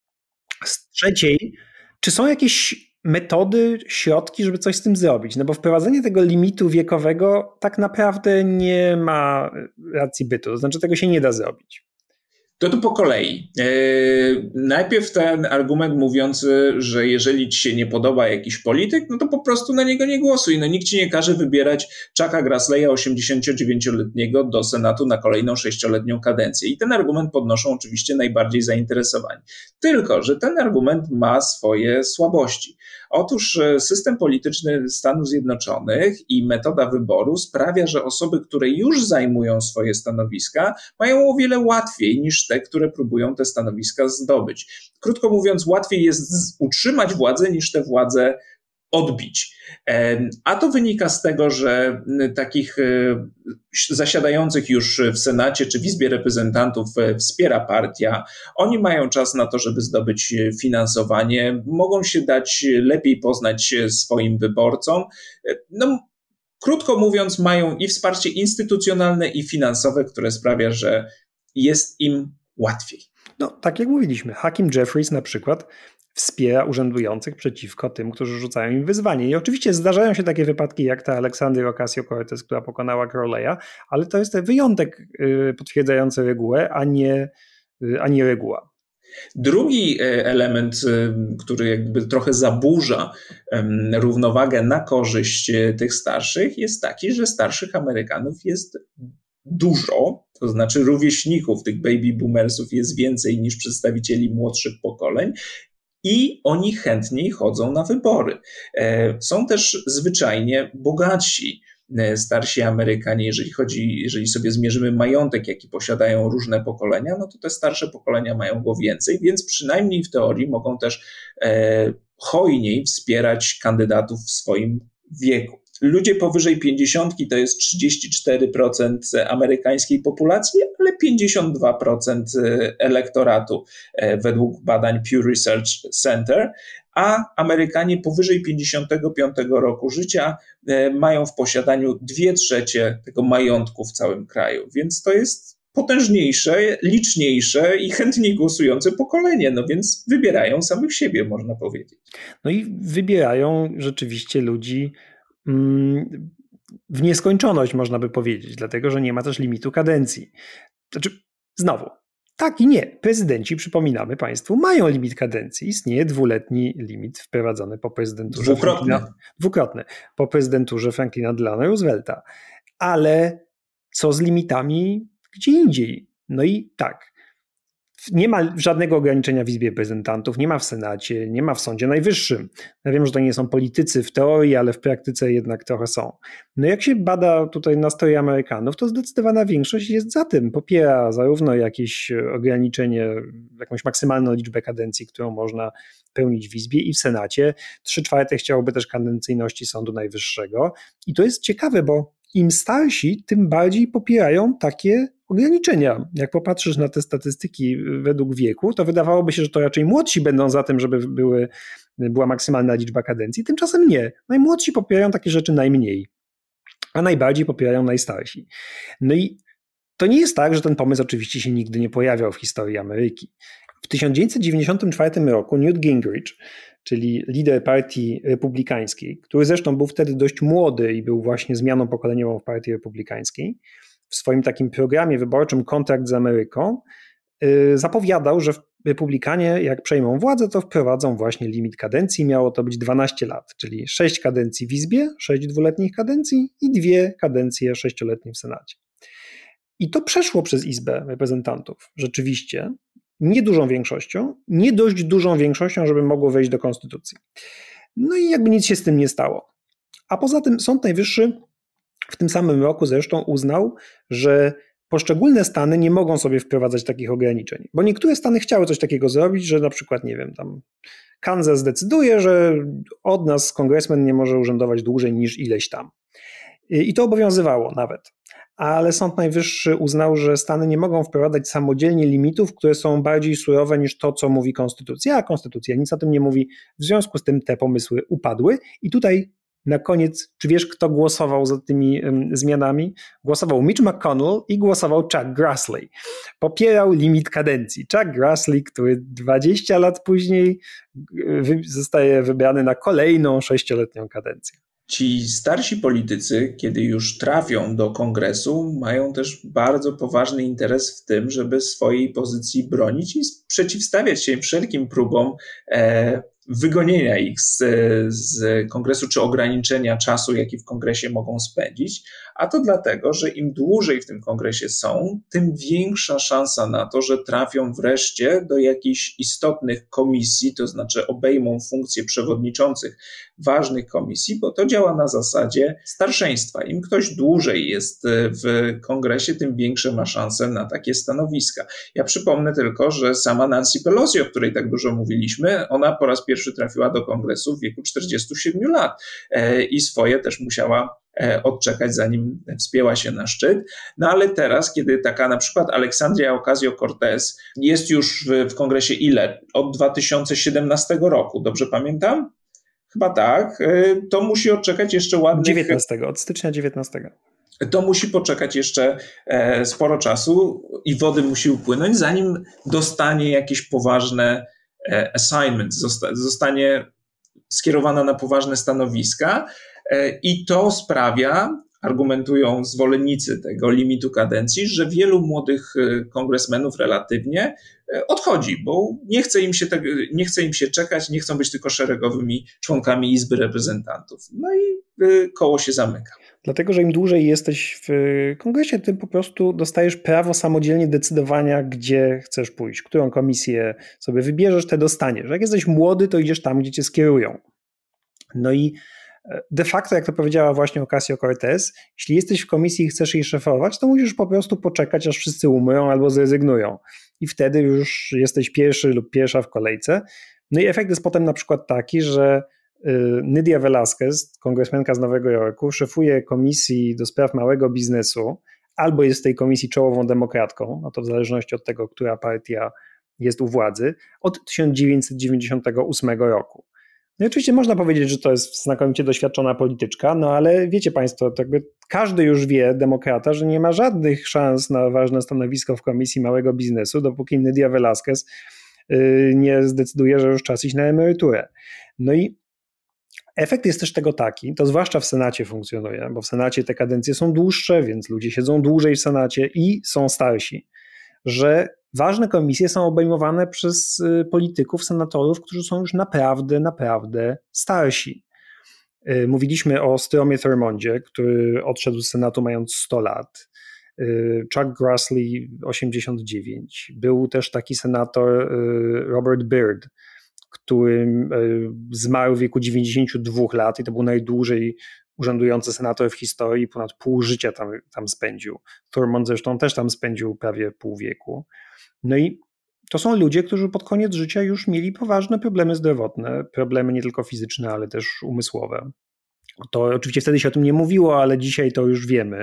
Z trzeciej, czy są jakieś metody, środki, żeby coś z tym zrobić? No bo wprowadzenie tego limitu wiekowego tak naprawdę nie ma racji bytu, to znaczy tego się nie da zrobić. To po kolei. Najpierw ten argument mówiący, że jeżeli ci się nie podoba jakiś polityk, no to po prostu na niego nie głosuj. No nikt ci nie każe wybierać Chucka Grassley'a 89-letniego do Senatu na kolejną 6-letnią kadencję. I ten argument podnoszą oczywiście najbardziej zainteresowani. Tylko że ten argument ma swoje słabości. Otóż system polityczny Stanów Zjednoczonych i metoda wyboru sprawia, że osoby, które już zajmują swoje stanowiska, mają o wiele łatwiej niż te, które próbują te stanowiska zdobyć. Krótko mówiąc, łatwiej jest utrzymać władzę niż tę władzę odbić. A to wynika z tego, że takich zasiadających już w Senacie czy w Izbie Reprezentantów wspiera partia. Oni mają czas na to, żeby zdobyć finansowanie, mogą się dać lepiej poznać swoim wyborcom. No, krótko mówiąc, mają i wsparcie instytucjonalne i finansowe, które sprawia, że jest im łatwiej. No, tak jak mówiliśmy, Hakeem Jeffries na przykład wspiera urzędujących przeciwko tym, którzy rzucają im wyzwanie. I oczywiście zdarzają się takie wypadki jak ta Alexandria Ocasio-Cortez, która pokonała Crowley'a, ale to jest wyjątek potwierdzający regułę, a nie reguła. Drugi element, który jakby trochę zaburza równowagę na korzyść tych starszych, jest taki, że starszych Amerykanów jest dużo, to znaczy rówieśników tych baby boomersów jest więcej niż przedstawicieli młodszych pokoleń i oni chętniej chodzą na wybory. Są też zwyczajnie bogatsi. starsi Amerykanie, jeżeli sobie zmierzymy majątek, jaki posiadają różne pokolenia, no to te starsze pokolenia mają go więcej, więc przynajmniej w teorii mogą też hojniej wspierać kandydatów w swoim wieku. Ludzie powyżej 50 to jest 34% amerykańskiej populacji, ale 52% elektoratu według badań Pew Research Center, a Amerykanie powyżej 55 roku życia mają w posiadaniu 2/3 tego majątku w całym kraju, więc to jest potężniejsze, liczniejsze i chętniej głosujące pokolenie, no więc wybierają samych siebie, można powiedzieć. No i wybierają rzeczywiście ludzi w nieskończoność, można by powiedzieć, dlatego że nie ma też limitu kadencji. Znaczy, znowu, tak i nie. Prezydenci, przypominamy Państwu, mają limit kadencji. Istnieje 2-letni limit wprowadzony po prezydenturze dwukrotny po prezydenturze Franklina Delano Roosevelta. Ale co z limitami gdzie indziej? No i tak, nie ma żadnego ograniczenia w Izbie Reprezentantów, nie ma w Senacie, nie ma w Sądzie Najwyższym. Ja wiem, że to nie są politycy w teorii, ale w praktyce jednak trochę są. No jak się bada tutaj nastroje Amerykanów, to zdecydowana większość jest za tym. Popiera zarówno jakieś ograniczenie, jakąś maksymalną liczbę kadencji, którą można pełnić w Izbie i w Senacie. 3/4 chciałoby też kadencyjności Sądu Najwyższego. I to jest ciekawe, bo im starsi, tym bardziej popierają takie ograniczenia. Jak popatrzysz na te statystyki według wieku, to wydawałoby się, że to raczej młodsi będą za tym, żeby była maksymalna liczba kadencji. Tymczasem nie. Najmłodsi popierają takie rzeczy najmniej, a najbardziej popierają najstarsi. No i to nie jest tak, że ten pomysł oczywiście się nigdy nie pojawiał w historii Ameryki. W 1994 roku Newt Gingrich, czyli lider partii republikańskiej, który zresztą był wtedy dość młody i był właśnie zmianą pokoleniową w partii republikańskiej, w swoim takim programie wyborczym Kontrakt z Ameryką zapowiadał, że republikanie jak przejmą władzę, to wprowadzą właśnie limit kadencji. Miało to być 12 lat, czyli 6 kadencji w Izbie, 6 dwuletnich kadencji i 2 kadencje 6-letnie w Senacie. I to przeszło przez Izbę Reprezentantów rzeczywiście, nie dużą większością, nie dość dużą większością, żeby mogło wejść do konstytucji. No i jakby nic się z tym nie stało. A poza tym Sąd Najwyższy w tym samym roku zresztą uznał, że poszczególne stany nie mogą sobie wprowadzać takich ograniczeń, bo niektóre stany chciały coś takiego zrobić, że na przykład, nie wiem, tam Kansas decyduje, że od nas kongresmen nie może urzędować dłużej niż ileś tam. I to obowiązywało nawet. Ale Sąd Najwyższy uznał, że Stany nie mogą wprowadzać samodzielnie limitów, które są bardziej surowe niż to, co mówi Konstytucja, a Konstytucja nic o tym nie mówi. W związku z tym te pomysły upadły. I tutaj na koniec, czy wiesz, kto głosował za tymi zmianami? Głosował Mitch McConnell i głosował Chuck Grassley. Popierał limit kadencji. Chuck Grassley, który 20 lat później zostaje wybrany na kolejną 6-letnią kadencję. Ci starsi politycy, kiedy już trafią do kongresu, mają też bardzo poważny interes w tym, żeby swojej pozycji bronić i przeciwstawiać się wszelkim próbom wygonienia ich z kongresu czy ograniczenia czasu, jaki w kongresie mogą spędzić, a to dlatego, że im dłużej w tym kongresie są, tym większa szansa na to, że trafią wreszcie do jakichś istotnych komisji, to znaczy obejmą funkcje przewodniczących ważnych komisji, bo to działa na zasadzie starszeństwa. Im ktoś dłużej jest w kongresie, tym większe ma szanse na takie stanowiska. Ja przypomnę tylko, że sama Nancy Pelosi, o której tak dużo mówiliśmy, ona po raz pierwszy trafiła do kongresu w wieku 47 lat i swoje też musiała odczekać, zanim wspięła się na szczyt. No ale teraz, kiedy taka na przykład Alexandria Ocasio-Cortez jest już w kongresie ile? Od 2017 roku, dobrze pamiętam? Chyba tak. To musi odczekać jeszcze ładnych... 19, od stycznia 19. To musi poczekać jeszcze sporo czasu i wody musi upłynąć, zanim dostanie jakieś poważne assignment, zostanie skierowana na poważne stanowiska i to sprawia, argumentują zwolennicy tego limitu kadencji, że wielu młodych kongresmenów relatywnie odchodzi, bo nie chce im się czekać, nie chcą być tylko szeregowymi członkami Izby Reprezentantów. No i koło się zamyka. Dlatego, że im dłużej jesteś w kongresie, tym po prostu dostajesz prawo samodzielnie decydowania, gdzie chcesz pójść, którą komisję sobie wybierzesz, te dostaniesz. Jak jesteś młody, to idziesz tam, gdzie cię skierują. No i De facto, jak to powiedziała właśnie Ocasio-Cortez, jeśli jesteś w komisji i chcesz jej szefować, to musisz po prostu poczekać, aż wszyscy umrą albo zrezygnują. I wtedy już jesteś pierwszy lub pierwsza w kolejce. No i efekt jest potem na przykład taki, że Nydia Velázquez, kongresmenka z Nowego Jorku, szefuje komisji do spraw małego biznesu, albo jest w tej komisji czołową demokratką, no to w zależności od tego, która partia jest u władzy, od 1998 roku. No i oczywiście można powiedzieć, że to jest znakomicie doświadczona polityczka, no ale wiecie Państwo, to jakby każdy już wie, demokrata, że nie ma żadnych szans na ważne stanowisko w Komisji Małego Biznesu, dopóki Nydia Velázquez nie zdecyduje, że już czas iść na emeryturę. No i efekt jest też tego taki, to zwłaszcza w Senacie funkcjonuje, bo w Senacie te kadencje są dłuższe, więc ludzie siedzą dłużej w Senacie i są starsi, że ważne komisje są obejmowane przez polityków, senatorów, którzy są już naprawdę starsi. Mówiliśmy o Stromie Thurmondzie, który odszedł z Senatu mając 100 lat. Chuck Grassley 89. Był też taki senator Robert Byrd, który zmarł w wieku 92 lat i to był najdłużej urzędujący senator w historii, ponad pół życia tam spędził. Thurmond zresztą też tam spędził prawie pół wieku. No i to są ludzie, którzy pod koniec życia już mieli poważne problemy zdrowotne, problemy nie tylko fizyczne, ale też umysłowe. To oczywiście wtedy się o tym nie mówiło, ale dzisiaj to już wiemy,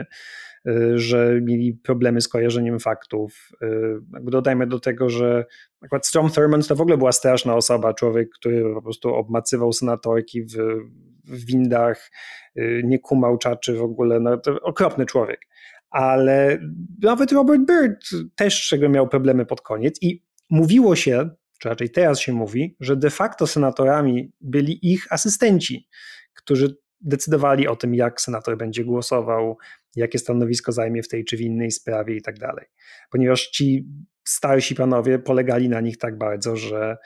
że mieli problemy z kojarzeniem faktów. Dodajmy do tego, że akurat Strom Thurmond to w ogóle była straszna osoba, człowiek, który po prostu obmacywał senatorki w windach, nie kumał czaczy w ogóle, no to okropny człowiek. Ale nawet Robert Byrd też miał problemy pod koniec i mówiło się, czy raczej teraz się mówi, że de facto senatorami byli ich asystenci, którzy decydowali o tym, jak senator będzie głosował, jakie stanowisko zajmie w tej czy w innej sprawie i tak dalej. Ponieważ ci starsi panowie polegali na nich tak bardzo, że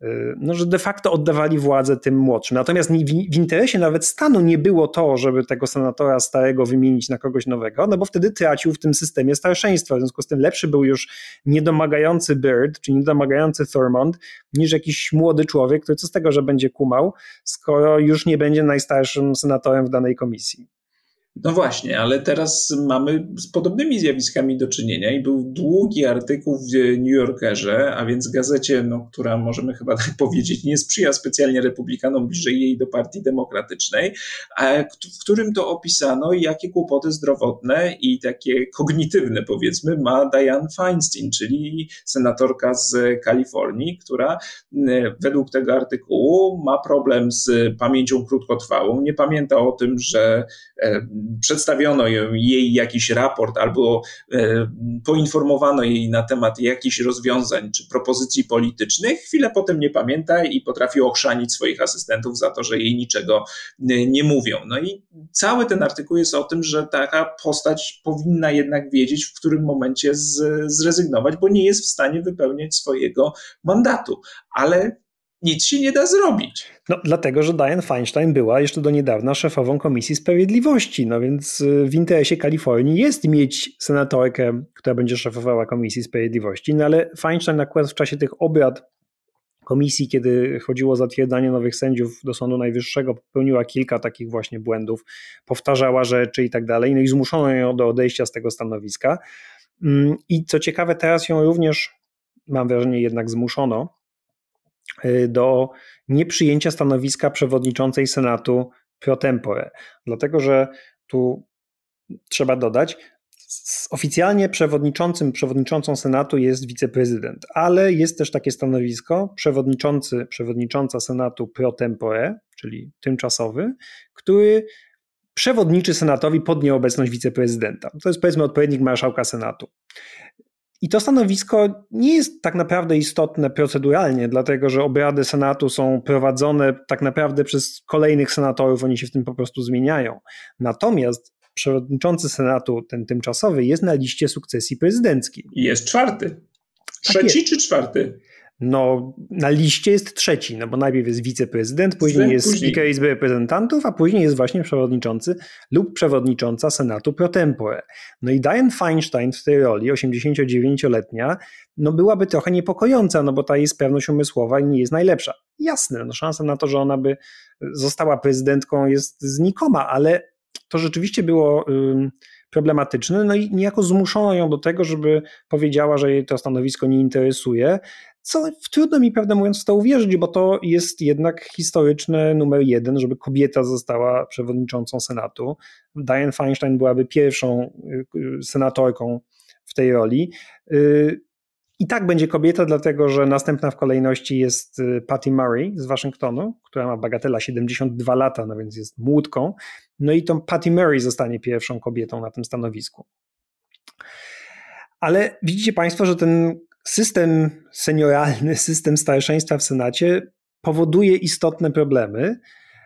de facto oddawali władzę tym młodszym. Natomiast w interesie nawet stanu nie było to, żeby tego senatora starego wymienić na kogoś nowego, no bo wtedy tracił w tym systemie starszeństwa. W związku z tym lepszy był już niedomagający Byrd, czy niedomagający Thurmond, niż jakiś młody człowiek, który co z tego, że będzie kumał, skoro już nie będzie najstarszym senatorem w danej komisji. No właśnie, ale teraz mamy z podobnymi zjawiskami do czynienia i był długi artykuł w New Yorkerze, a więc gazecie, która możemy chyba tak powiedzieć, nie sprzyja specjalnie republikanom, bliżej jej do Partii Demokratycznej, w którym to opisano, jakie kłopoty zdrowotne i takie kognitywne, powiedzmy, ma Dianne Feinstein, czyli senatorka z Kalifornii, która według tego artykułu ma problem z pamięcią krótkotrwałą, nie pamięta o tym, że przedstawiono jej jakiś raport albo poinformowano jej na temat jakichś rozwiązań czy propozycji politycznych, chwilę potem nie pamięta i potrafi ochrzanić swoich asystentów za to, że jej niczego nie mówią. No i cały ten artykuł jest o tym, że taka postać powinna jednak wiedzieć, w którym momencie zrezygnować, bo nie jest w stanie wypełniać swojego mandatu, ale nic się nie da zrobić. No dlatego, że Dianne Feinstein była jeszcze do niedawna szefową Komisji Sprawiedliwości, no więc w interesie Kalifornii jest mieć senatorkę, która będzie szefowała Komisji Sprawiedliwości, no ale Feinstein akurat w czasie tych obrad komisji, kiedy chodziło o zatwierdzanie nowych sędziów do Sądu Najwyższego, popełniła kilka takich właśnie błędów, powtarzała rzeczy i tak dalej, no i zmuszono ją do odejścia z tego stanowiska. I co ciekawe, teraz ją również, mam wrażenie, jednak zmuszono do nieprzyjęcia stanowiska przewodniczącej Senatu pro tempore. Dlatego, że tu trzeba dodać, oficjalnie przewodniczącą Senatu jest wiceprezydent, ale jest też takie stanowisko przewodnicząca Senatu pro tempore, czyli tymczasowy, który przewodniczy Senatowi pod nieobecność wiceprezydenta. To jest powiedzmy odpowiednik marszałka Senatu. I to stanowisko nie jest tak naprawdę istotne proceduralnie, dlatego że obrady Senatu są prowadzone tak naprawdę przez kolejnych senatorów, oni się w tym po prostu zmieniają. Natomiast przewodniczący Senatu, ten tymczasowy, jest na liście sukcesji prezydenckiej. Jest czwarty. Trzeci czy czwarty? No, na liście jest trzeci, no bo najpierw jest wiceprezydent, później jest Speaker Izby Reprezentantów, a później jest właśnie przewodniczący lub przewodnicząca Senatu pro tempore. No i Dianne Feinstein w tej roli, 89-letnia, no byłaby trochę niepokojąca, no bo ta jej sprawność umysłowa nie jest najlepsza. Jasne, no szansa na to, że ona by została prezydentką jest znikoma, ale to rzeczywiście było problematyczne, no i niejako zmuszono ją do tego, żeby powiedziała, że jej to stanowisko nie interesuje, co trudno mi, prawdę mówiąc, w to uwierzyć, bo to jest jednak historyczne numer jeden, żeby kobieta została przewodniczącą Senatu. Dianne Feinstein byłaby pierwszą senatorką w tej roli. I tak będzie kobieta, dlatego że następna w kolejności jest Patty Murray z Waszyngtonu, która ma bagatela 72 lata, no więc jest młódką. No i to Patty Murray zostanie pierwszą kobietą na tym stanowisku. Ale widzicie Państwo, że ten system senioralny, system starszeństwa w Senacie powoduje istotne problemy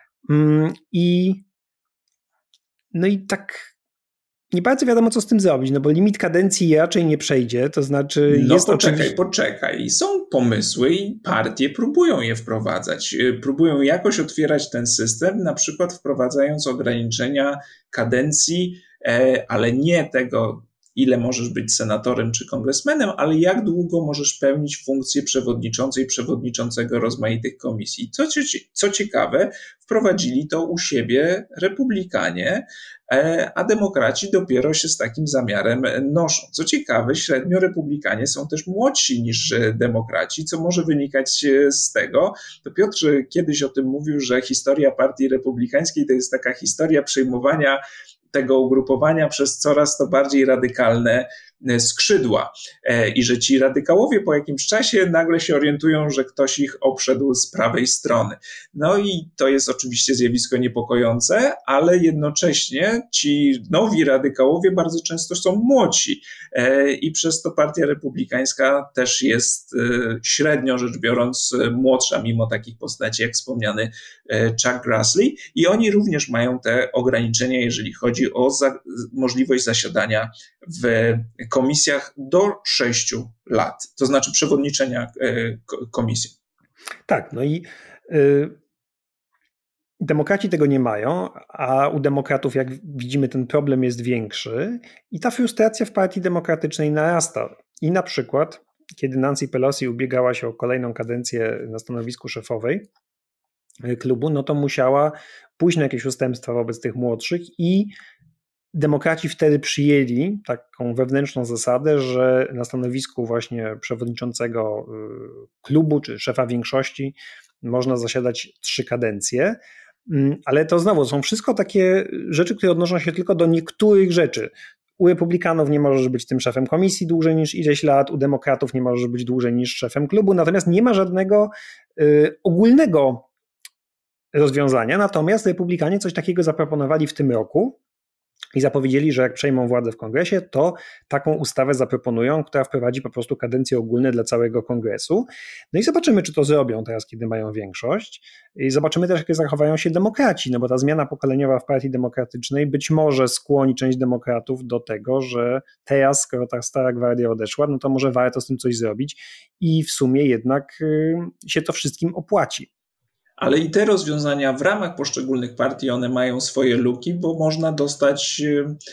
no i tak nie bardzo wiadomo, co z tym zrobić, no bo limit kadencji raczej nie przejdzie, to znaczy... No poczekaj. Są pomysły i partie próbują je wprowadzać. Próbują jakoś otwierać ten system, na przykład wprowadzając ograniczenia kadencji, ale nie tego, ile możesz być senatorem czy kongresmenem, ale jak długo możesz pełnić funkcję przewodniczącej, przewodniczącego rozmaitych komisji. Co ciekawe, wprowadzili to u siebie republikanie, a demokraci dopiero się z takim zamiarem noszą. Co ciekawe, średnio republikanie są też młodsi niż demokraci, co może wynikać z tego, to Piotr kiedyś o tym mówił, że historia partii republikańskiej to jest taka historia przejmowania tego ugrupowania przez coraz to bardziej radykalne skrzydła i że ci radykałowie po jakimś czasie nagle się orientują, że ktoś ich obszedł z prawej strony. No i to jest oczywiście zjawisko niepokojące, ale jednocześnie ci nowi radykałowie bardzo często są młodsi i przez to partia republikańska też jest średnio rzecz biorąc młodsza, mimo takich postaci jak wspomniany Chuck Grassley, i oni również mają te ograniczenia, jeżeli chodzi o możliwość zasiadania w komisjach do 6 lat, to znaczy przewodniczenia komisji. Tak, no i demokraci tego nie mają, a u demokratów, jak widzimy, ten problem jest większy i ta frustracja w partii demokratycznej narasta. I na przykład, kiedy Nancy Pelosi ubiegała się o kolejną kadencję na stanowisku szefowej klubu, no to musiała pójść na jakieś ustępstwa wobec tych młodszych i demokraci wtedy przyjęli taką wewnętrzną zasadę, że na stanowisku właśnie przewodniczącego klubu czy szefa większości można zasiadać 3 kadencje, ale to znowu są wszystko takie rzeczy, które odnoszą się tylko do niektórych rzeczy. U republikanów nie możesz być tym szefem komisji dłużej niż ileś lat, u demokratów nie możesz być dłużej niż szefem klubu, natomiast nie ma żadnego ogólnego rozwiązania, natomiast republikanie coś takiego zaproponowali w tym roku i zapowiedzieli, że jak przejmą władzę w kongresie, to taką ustawę zaproponują, która wprowadzi po prostu kadencje ogólne dla całego kongresu. No i zobaczymy, czy to zrobią teraz, kiedy mają większość. I zobaczymy też, jak zachowają się demokraci, no bo ta zmiana pokoleniowa w partii demokratycznej być może skłoni część demokratów do tego, że teraz, skoro ta stara gwardia odeszła, no to może warto z tym coś zrobić i w sumie jednak się to wszystkim opłaci. Ale i te rozwiązania w ramach poszczególnych partii, one mają swoje luki, bo można dostać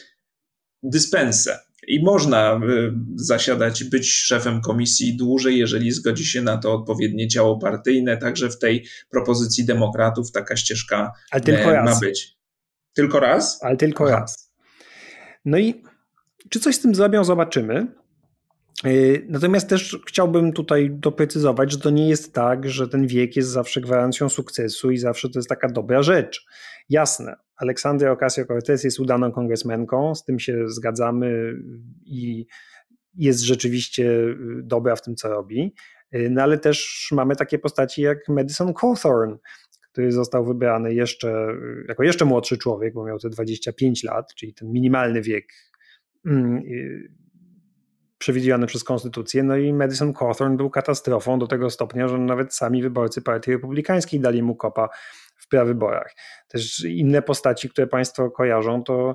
dyspensę i można zasiadać, być szefem komisji dłużej, jeżeli zgodzi się na to odpowiednie ciało partyjne. Także w tej propozycji demokratów taka ścieżka ma być. Tylko raz? Ale tylko raz. No i czy coś z tym zrobią, zobaczymy. Natomiast też chciałbym tutaj doprecyzować, że to nie jest tak, że ten wiek jest zawsze gwarancją sukcesu i zawsze to jest taka dobra rzecz. Jasne, Alexandria Ocasio-Cortez jest udaną kongresmenką, z tym się zgadzamy i jest rzeczywiście dobra w tym, co robi, no ale też mamy takie postaci jak Madison Cawthorn, który został wybrany jako jeszcze młodszy człowiek, bo miał te 25 lat, czyli ten minimalny wiek przewidywany przez konstytucję, no i Madison Cawthorn był katastrofą do tego stopnia, że nawet sami wyborcy partii republikańskiej dali mu kopa w prawyborach. Też inne postaci, które państwo kojarzą, to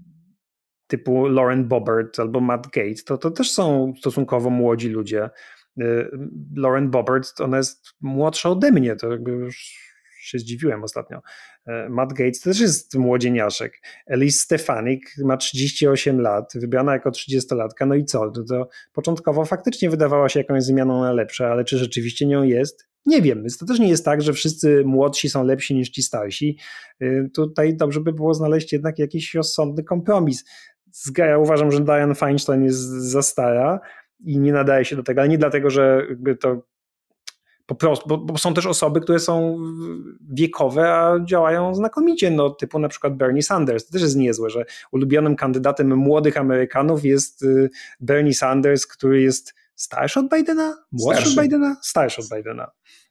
typu Lauren Boebert albo Matt Gaetz, to też są stosunkowo młodzi ludzie Lauren Boebert, ona jest młodsza ode mnie, to jakby już się zdziwiłem ostatnio. Matt Gaetz też jest młodzieniaszek. Elise Stefanik ma 38 lat, wybrana jako 30-latka, no i co? To początkowo faktycznie wydawała się jakąś zmianą na lepsze, ale czy rzeczywiście nią jest? Nie wiem, więc to też nie jest tak, że wszyscy młodsi są lepsi niż ci starsi. Tutaj dobrze by było znaleźć jednak jakiś rozsądny kompromis. Ja uważam, że Dianne Feinstein jest za stara i nie nadaje się do tego, ale nie dlatego, że jakby to po prostu, bo są też osoby, które są wiekowe, a działają znakomicie, no typu na przykład Bernie Sanders. To też jest niezłe, że ulubionym kandydatem młodych Amerykanów jest Bernie Sanders, który jest starszy od Bidena? Młodszy od Bidena? Starszy od Bidena.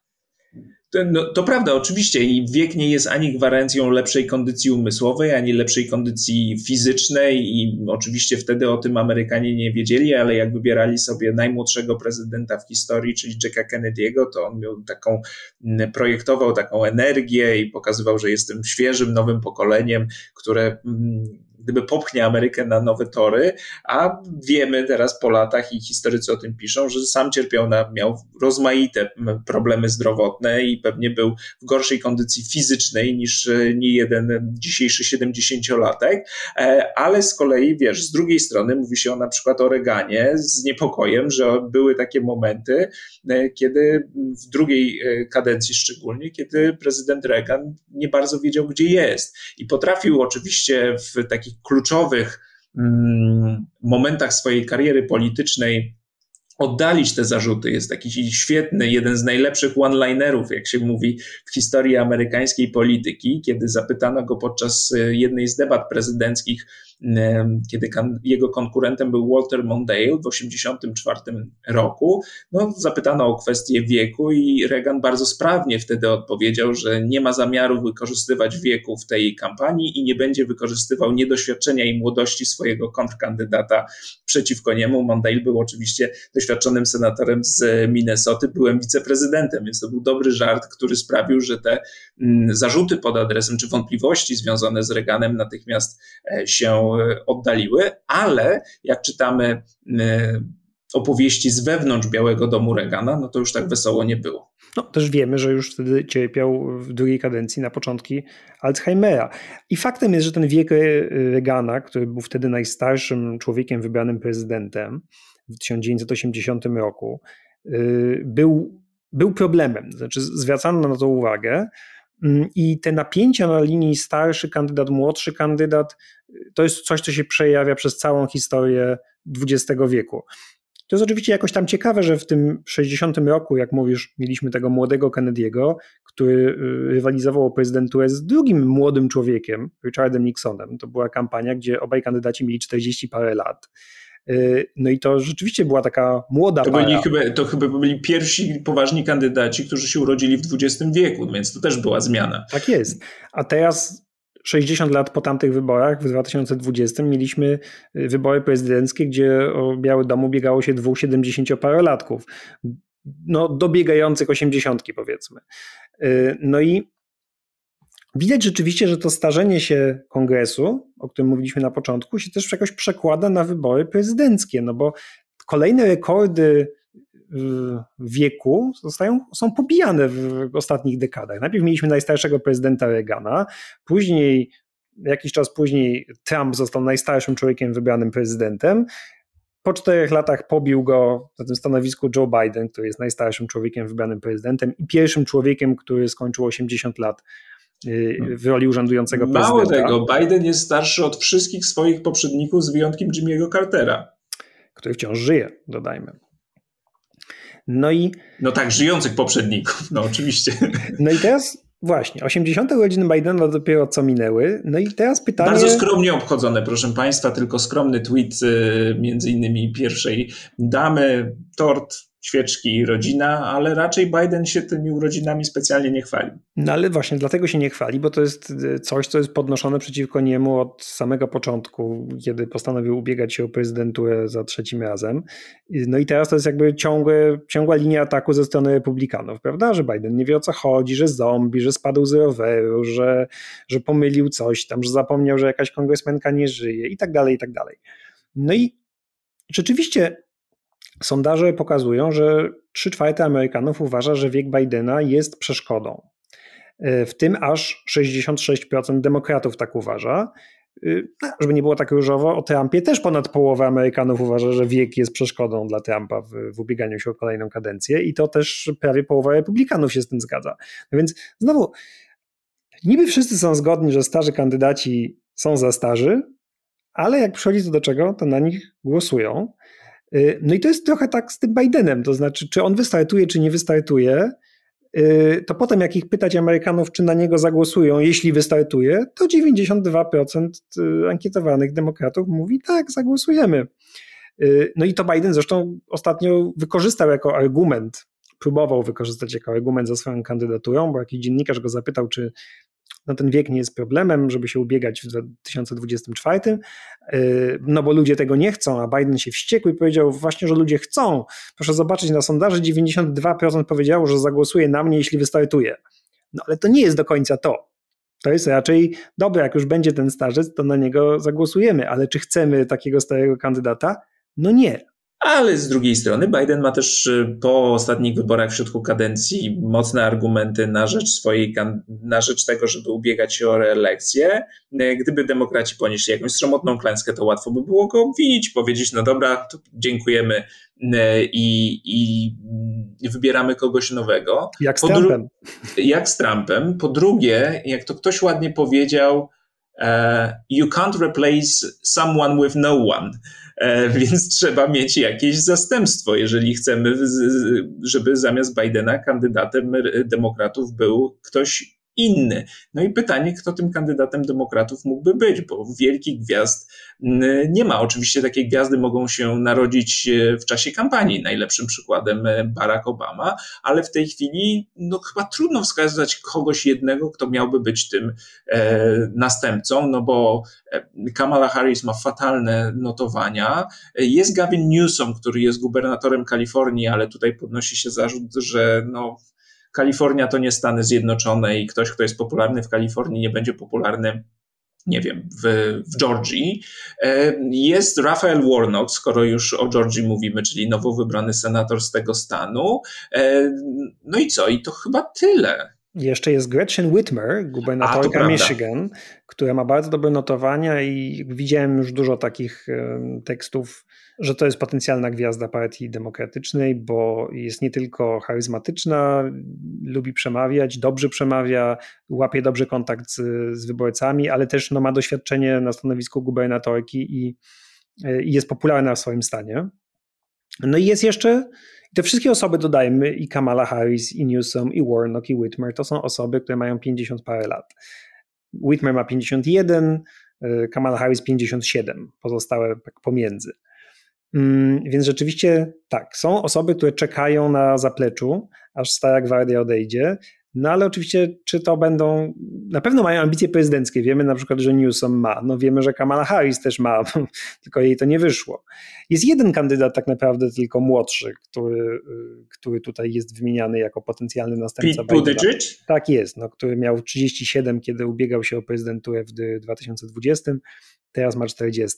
No, to prawda, oczywiście i wiek nie jest ani gwarancją lepszej kondycji umysłowej, ani lepszej kondycji fizycznej i oczywiście wtedy o tym Amerykanie nie wiedzieli, ale jak wybierali sobie najmłodszego prezydenta w historii, czyli Jacka Kennedy'ego, to on miał projektował taką energię i pokazywał, że jestem świeżym, nowym pokoleniem, które gdyby popchnie Amerykę na nowe tory, a wiemy teraz po latach i historycy o tym piszą, że sam miał rozmaite problemy zdrowotne i pewnie był w gorszej kondycji fizycznej niż niejeden dzisiejszy 70-latek, ale z kolei, wiesz, z drugiej strony mówi się na przykład o Reaganie z niepokojem, że były takie momenty, kiedy w drugiej kadencji szczególnie, kiedy prezydent Reagan nie bardzo wiedział, gdzie jest i potrafił oczywiście w takich kluczowych momentach swojej kariery politycznej oddalić te zarzuty. Jest taki świetny, jeden z najlepszych one-linerów, jak się mówi, w historii amerykańskiej polityki, kiedy zapytano go podczas jednej z debat prezydenckich, kiedy jego konkurentem był Walter Mondale w 1984 roku. No, zapytano o kwestię wieku i Reagan bardzo sprawnie wtedy odpowiedział, że nie ma zamiaru wykorzystywać wieku w tej kampanii i nie będzie wykorzystywał niedoświadczenia i młodości swojego kontrkandydata przeciwko niemu. Mondale był oczywiście doświadczonym senatorem z Minnesoty, byłem wiceprezydentem, więc to był dobry żart, który sprawił, że te zarzuty pod adresem czy wątpliwości związane z Reaganem natychmiast się oddaliły, ale jak czytamy opowieści z wewnątrz Białego Domu Reagana, no to już tak wesoło nie było. No, też wiemy, że już wtedy cierpiał w drugiej kadencji na początki Alzheimera. I faktem jest, że ten wiek Reagana, który był wtedy najstarszym człowiekiem wybranym prezydentem w 1980 roku, był problemem. Znaczy zwracano na to uwagę i te napięcia na linii starszy kandydat, młodszy kandydat, to jest coś, co się przejawia przez całą historię XX wieku. To jest oczywiście jakoś tam ciekawe, że w tym 60 roku, jak mówisz, mieliśmy tego młodego Kennedy'ego, który rywalizował o prezydenturę z drugim młodym człowiekiem, Richardem Nixonem. To była kampania, gdzie obaj kandydaci mieli 40 parę lat. No i to rzeczywiście była taka młoda para. To chyba byli pierwsi poważni kandydaci, którzy się urodzili w XX wieku, więc to też była zmiana. Tak jest. A teraz 60 lat po tamtych wyborach, w 2020 mieliśmy wybory prezydenckie, gdzie o Biały Dom ubiegało się 2 70-parolatków. No dobiegających 80 powiedzmy. No i widać rzeczywiście, że to starzenie się kongresu, o którym mówiliśmy na początku, się też jakoś przekłada na wybory prezydenckie, no bo kolejne rekordy wieku są pobijane w ostatnich dekadach. Najpierw mieliśmy najstarszego prezydenta Reagana, później, jakiś czas później Trump został najstarszym człowiekiem wybranym prezydentem. Po 4 latach pobił go na tym stanowisku Joe Biden, który jest najstarszym człowiekiem wybranym prezydentem i pierwszym człowiekiem, który skończył 80 lat w roli urzędującego prezydenta. Mało tego, Biden jest starszy od wszystkich swoich poprzedników z wyjątkiem Jimmy'ego Cartera. Który wciąż żyje, dodajmy. No tak, żyjących poprzedników, no oczywiście. No i teraz właśnie, 80. urodziny Bidena dopiero co minęły, no i teraz pytanie... Bardzo skromnie obchodzone, proszę Państwa, tylko skromny tweet między innymi pierwszej damy, tort, świeczki, rodzina, ale raczej Biden się tymi urodzinami specjalnie nie chwali. No ale właśnie dlatego się nie chwali, bo to jest coś, co jest podnoszone przeciwko niemu od samego początku, kiedy postanowił ubiegać się o prezydenturę za 3. razem. No i teraz to jest jakby ciągła linia ataku ze strony republikanów, prawda? Że Biden nie wie, o co chodzi, że zombie, że spadł z roweru, że pomylił coś tam, że zapomniał, że jakaś kongresmenka nie żyje i tak dalej, i tak dalej. No i rzeczywiście Sondaże pokazują, że 3/4 Amerykanów uważa, że wiek Bidena jest przeszkodą. W tym aż 66% demokratów tak uważa. Żeby nie było tak różowo, o Trumpie też ponad połowa Amerykanów uważa, że wiek jest przeszkodą dla Trumpa w ubieganiu się o kolejną kadencję i to też prawie połowa republikanów się z tym zgadza. No więc znowu, niby wszyscy są zgodni, że starzy kandydaci są za starzy, ale jak przychodzi to do czego, to na nich głosują. No i to jest trochę tak z tym Bidenem, to znaczy, czy on wystartuje, czy nie wystartuje, to potem jak ich pytać Amerykanów, czy na niego zagłosują, jeśli wystartuje, to 92% ankietowanych demokratów mówi tak, zagłosujemy. No i to Biden zresztą ostatnio wykorzystał jako argument, próbował wykorzystać jako argument za swoją kandydaturą, bo jakiś dziennikarz go zapytał, czy ten wiek nie jest problemem, żeby się ubiegać w 2024, no bo ludzie tego nie chcą, a Biden się wściekł i powiedział właśnie, że ludzie chcą. Proszę zobaczyć na sondaży, 92% powiedziało, że zagłosuje na mnie, jeśli wystartuję. No ale to nie jest do końca to. To jest raczej, dobra, jak już będzie ten starzec, to na niego zagłosujemy, ale czy chcemy takiego starego kandydata? No nie. Ale z drugiej strony Biden ma też po ostatnich wyborach w środku kadencji mocne argumenty na rzecz tego, żeby ubiegać się o reelekcję. Gdyby demokraci ponieśli jakąś sromotną klęskę, to łatwo by było go obwinić, powiedzieć, no dobra, to dziękujemy i wybieramy kogoś nowego. Jak z Trumpem. Jak z Trumpem. Po drugie, jak to ktoś ładnie powiedział, you can't replace someone with no one. Więc trzeba mieć jakieś zastępstwo, jeżeli chcemy, żeby zamiast Bidena kandydatem demokratów był ktoś inny. No i pytanie, kto tym kandydatem demokratów mógłby być, bo wielkich gwiazd nie ma. Oczywiście takie gwiazdy mogą się narodzić w czasie kampanii. Najlepszym przykładem Barack Obama, ale w tej chwili chyba trudno wskazać kogoś jednego, kto miałby być tym następcą, no bo Kamala Harris ma fatalne notowania. Jest Gavin Newsom, który jest gubernatorem Kalifornii, ale tutaj podnosi się zarzut, że Kalifornia to nie Stany Zjednoczone i ktoś, kto jest popularny w Kalifornii, nie będzie popularny, nie wiem, w Georgii. Jest Raphael Warnock, skoro już o Georgii mówimy, czyli nowo wybrany senator z tego stanu. No i co? I to chyba tyle. Jeszcze jest Gretchen Whitmer, gubernatorka Michigan, która ma bardzo dobre notowania i widziałem już dużo takich tekstów, że to jest potencjalna gwiazda partii demokratycznej, bo jest nie tylko charyzmatyczna, lubi przemawiać, dobrze przemawia, łapie dobrze kontakt z wyborcami, ale też ma doświadczenie na stanowisku gubernatorki i jest popularna w swoim stanie. No i jest jeszcze, te wszystkie osoby dodajmy, i Kamala Harris, i Newsom, i Warnock, i Whitmer, to są osoby, które mają 50 parę lat. Whitmer ma 51, Kamala Harris 57, pozostałe tak pomiędzy. Więc rzeczywiście tak, są osoby, które czekają na zapleczu, aż stara gwardia odejdzie, no ale oczywiście czy to będą, na pewno mają ambicje prezydenckie, wiemy na przykład, że Newsom ma, wiemy, że Kamala Harris też ma, tylko jej to nie wyszło. Jest jeden kandydat tak naprawdę tylko młodszy, który tutaj jest wymieniany jako potencjalny następca Pete Buttigieg? Tak jest, który miał 37, kiedy ubiegał się o prezydenturę w 2020, teraz ma 40.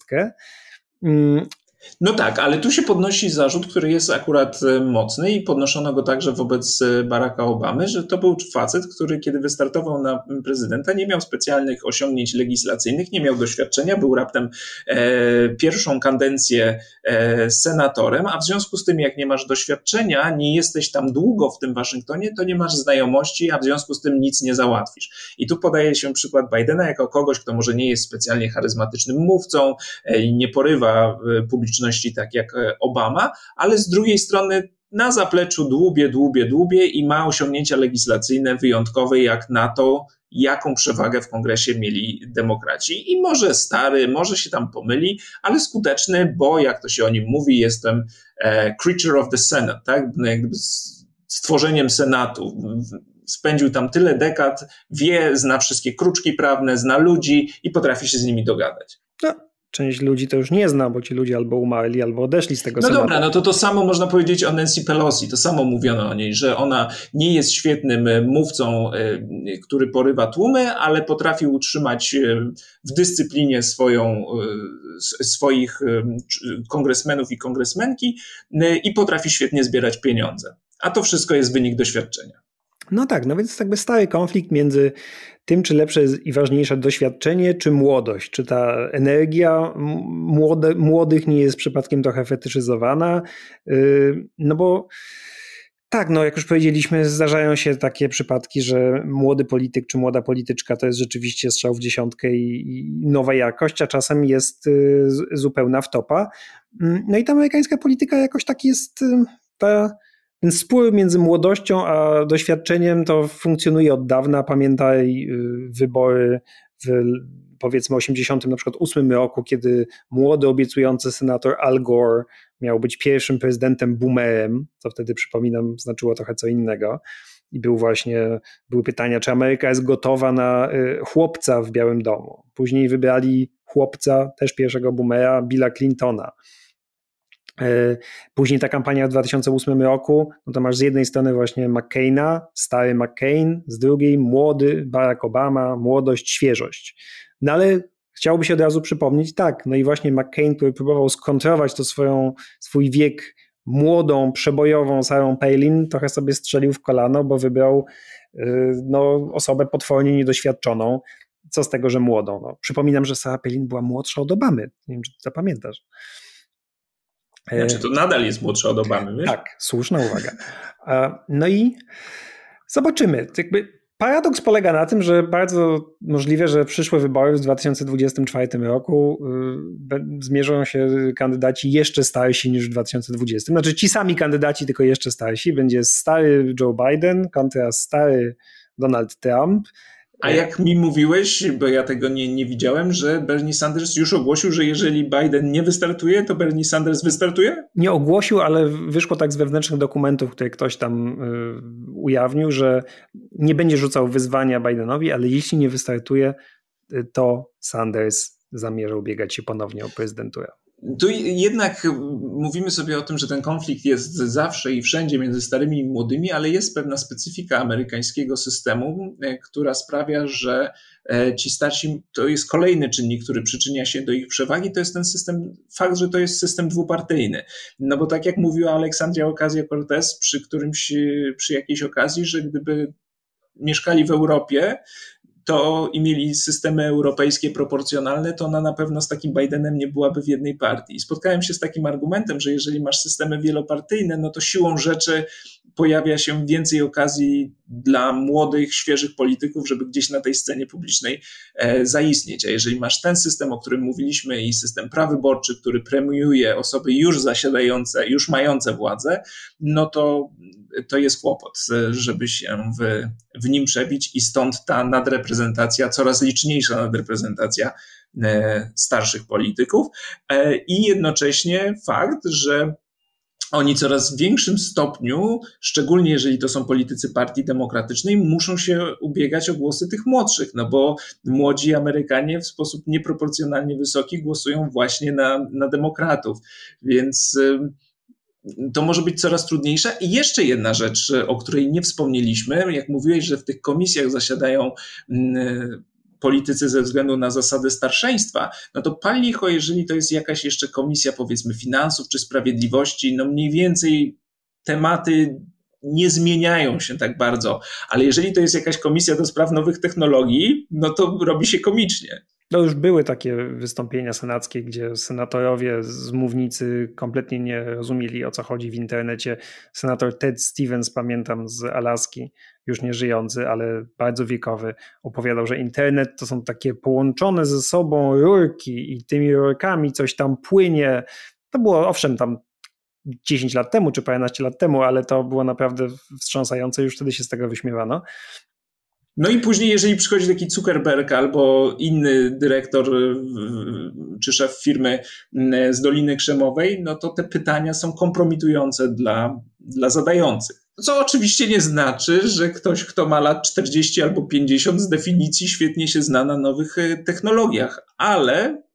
No tak, ale tu się podnosi zarzut, który jest akurat mocny i podnoszono go także wobec Baracka Obamy, że to był facet, który kiedy wystartował na prezydenta nie miał specjalnych osiągnięć legislacyjnych, nie miał doświadczenia, był raptem pierwszą kadencję senatorem, a w związku z tym jak nie masz doświadczenia, nie jesteś tam długo w tym Waszyngtonie, to nie masz znajomości, a w związku z tym nic nie załatwisz. I tu podaje się przykład Bidena jako kogoś, kto może nie jest specjalnie charyzmatycznym mówcą i nie porywa publiczności tak jak Obama, ale z drugiej strony na zapleczu dłubie i ma osiągnięcia legislacyjne wyjątkowe jak na to, jaką przewagę w kongresie mieli demokraci. I może stary, może się tam pomyli, ale skuteczny, bo jak to się o nim mówi, jestem creature of the Senate, tak? Jakby stworzeniem Senatu. Spędził tam tyle dekad, zna wszystkie kruczki prawne, zna ludzi i potrafi się z nimi dogadać. część ludzi to już nie zna, bo ci ludzie albo umarli, albo odeszli z tego No Senatu. dobra, no to samo można powiedzieć o Nancy Pelosi, to samo mówiono o niej, że ona nie jest świetnym mówcą, który porywa tłumy, ale potrafi utrzymać w dyscyplinie swoich kongresmenów i kongresmenki i potrafi świetnie zbierać pieniądze. A to wszystko jest wynik doświadczenia. No tak, no więc jakby stały konflikt między tym, czy lepsze i ważniejsze doświadczenie, czy młodość, czy ta energia młodych nie jest przypadkiem trochę fetyszyzowana, no bo tak, no jak już powiedzieliśmy, zdarzają się takie przypadki, że młody polityk czy młoda polityczka to jest rzeczywiście strzał w dziesiątkę i nowa jakość, a czasem jest zupełna wtopa. No i ta amerykańska polityka jakoś tak jest, ten spór między młodością a doświadczeniem to funkcjonuje od dawna. Pamiętaj wybory w powiedzmy 1988 roku, kiedy młody, obiecujący senator Al Gore miał być pierwszym prezydentem boomerem, co wtedy, przypominam, znaczyło trochę co innego. I były pytania, czy Ameryka jest gotowa na chłopca w Białym Domu. Później wybrali chłopca, też pierwszego boomera, Billa Clintona. Później ta kampania w 2008 roku, no to masz z jednej strony właśnie McCaina, stary McCain, z drugiej młody Barack Obama, młodość, świeżość. No ale chciałoby się od razu przypomnieć, tak, no i właśnie McCain, który próbował skontrować to swój wiek młodą, przebojową Sarah Palin, trochę sobie strzelił w kolano, bo wybrał osobę potwornie niedoświadczoną. Co z tego, że młodą? No, przypominam, że Sarah Palin była młodsza od Obamy. Nie wiem, czy to zapamiętasz. Znaczy to nadal jest młodsza od Obamy, wiesz? Tak, słuszna uwaga. No i zobaczymy. Paradoks polega na tym, że bardzo możliwe, że przyszłe wybory w 2024 roku zmierzą się kandydaci jeszcze starsi niż w 2020. Znaczy ci sami kandydaci, tylko jeszcze starsi. Będzie stary Joe Biden kontra stary Donald Trump. A jak mi mówiłeś, bo ja tego nie widziałem, że Bernie Sanders już ogłosił, że jeżeli Biden nie wystartuje, to Bernie Sanders wystartuje? Nie ogłosił, ale wyszło tak z wewnętrznych dokumentów, które ktoś tam ujawnił, że nie będzie rzucał wyzwania Bidenowi, ale jeśli nie wystartuje, to Sanders zamierza ubiegać się ponownie o prezydenturę. Tu jednak mówimy sobie o tym, że ten konflikt jest zawsze i wszędzie między starymi i młodymi, ale jest pewna specyfika amerykańskiego systemu, która sprawia, że ci starsi to jest kolejny czynnik, który przyczynia się do ich przewagi, to jest ten system, fakt, że to jest system dwupartyjny. No bo tak jak mówiła Aleksandria Ocasio-Cortez przy jakiejś okazji, że gdyby mieszkali w Europie, to i mieli systemy europejskie proporcjonalne, to ona na pewno z takim Bidenem nie byłaby w jednej partii. I spotkałem się z takim argumentem, że jeżeli masz systemy wielopartyjne, no to siłą rzeczy pojawia się więcej okazji dla młodych, świeżych polityków, żeby gdzieś na tej scenie publicznej zaistnieć. A jeżeli masz ten system, o którym mówiliśmy, i system prawyborczy, który premiuje osoby już zasiadające, już mające władzę, no to jest kłopot, żeby się w nim przebić i stąd ta nadreprezentacja, coraz liczniejsza nadreprezentacja starszych polityków i jednocześnie fakt, że oni w coraz większym stopniu, szczególnie jeżeli to są politycy Partii Demokratycznej, muszą się ubiegać o głosy tych młodszych, no bo młodzi Amerykanie w sposób nieproporcjonalnie wysoki głosują właśnie na demokratów, więc to może być coraz trudniejsze. I jeszcze jedna rzecz, o której nie wspomnieliśmy, jak mówiłeś, że w tych komisjach zasiadają politycy ze względu na zasady starszeństwa, no to pal licho, jeżeli to jest jakaś jeszcze komisja, powiedzmy, finansów czy sprawiedliwości, no mniej więcej tematy nie zmieniają się tak bardzo, ale jeżeli to jest jakaś komisja do spraw nowych technologii, no to robi się komicznie. No już były takie wystąpienia senackie, gdzie senatorowie z mównicy kompletnie nie rozumieli, o co chodzi w internecie. Senator Ted Stevens, pamiętam, z Alaski, już nie żyjący, ale bardzo wiekowy, opowiadał, że internet to są takie połączone ze sobą rurki i tymi rurkami coś tam płynie. To było owszem tam 10 lat temu czy paręnaście lat temu, ale to było naprawdę wstrząsające, już wtedy się z tego wyśmiewano. No i później, jeżeli przychodzi taki Zuckerberg albo inny dyrektor czy szef firmy z Doliny Krzemowej, no to te pytania są kompromitujące dla zadających. Co oczywiście nie znaczy, że ktoś, kto ma lat 40 albo 50 z definicji świetnie się zna na nowych technologiach, ale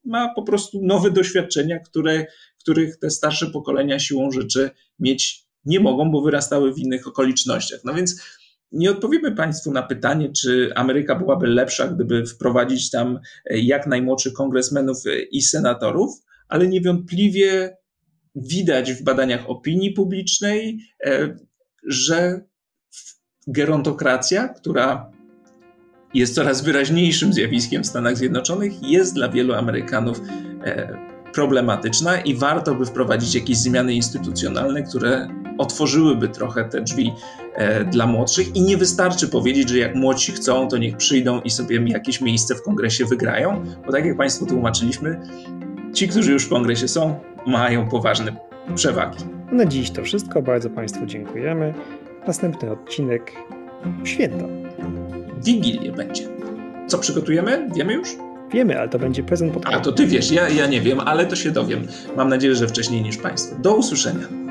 ma po prostu nowe doświadczenia, których te starsze pokolenia siłą rzeczy mieć nie mogą, bo wyrastały w innych okolicznościach. No więc nie odpowiemy Państwu na pytanie, czy Ameryka byłaby lepsza, gdyby wprowadzić tam jak najmłodszych kongresmenów i senatorów, ale niewątpliwie widać w badaniach opinii publicznej, że gerontokracja, która jest coraz wyraźniejszym zjawiskiem w Stanach Zjednoczonych, jest dla wielu Amerykanów problematyczna i warto by wprowadzić jakieś zmiany instytucjonalne, które otworzyłyby trochę te drzwi dla młodszych i nie wystarczy powiedzieć, że jak młodsi chcą, to niech przyjdą i sobie jakieś miejsce w kongresie wygrają, bo tak jak Państwu tłumaczyliśmy, ci, którzy już w kongresie są, mają poważne przewagi. Na dziś to wszystko. Bardzo Państwu dziękujemy. Następny odcinek święta. Wigilię będzie. Co przygotujemy? Wiemy już? Wiemy, ale to będzie prezent pod koniec. A, to ty wiesz, ja nie wiem, ale to się dowiem. Mam nadzieję, że wcześniej niż Państwo. Do usłyszenia.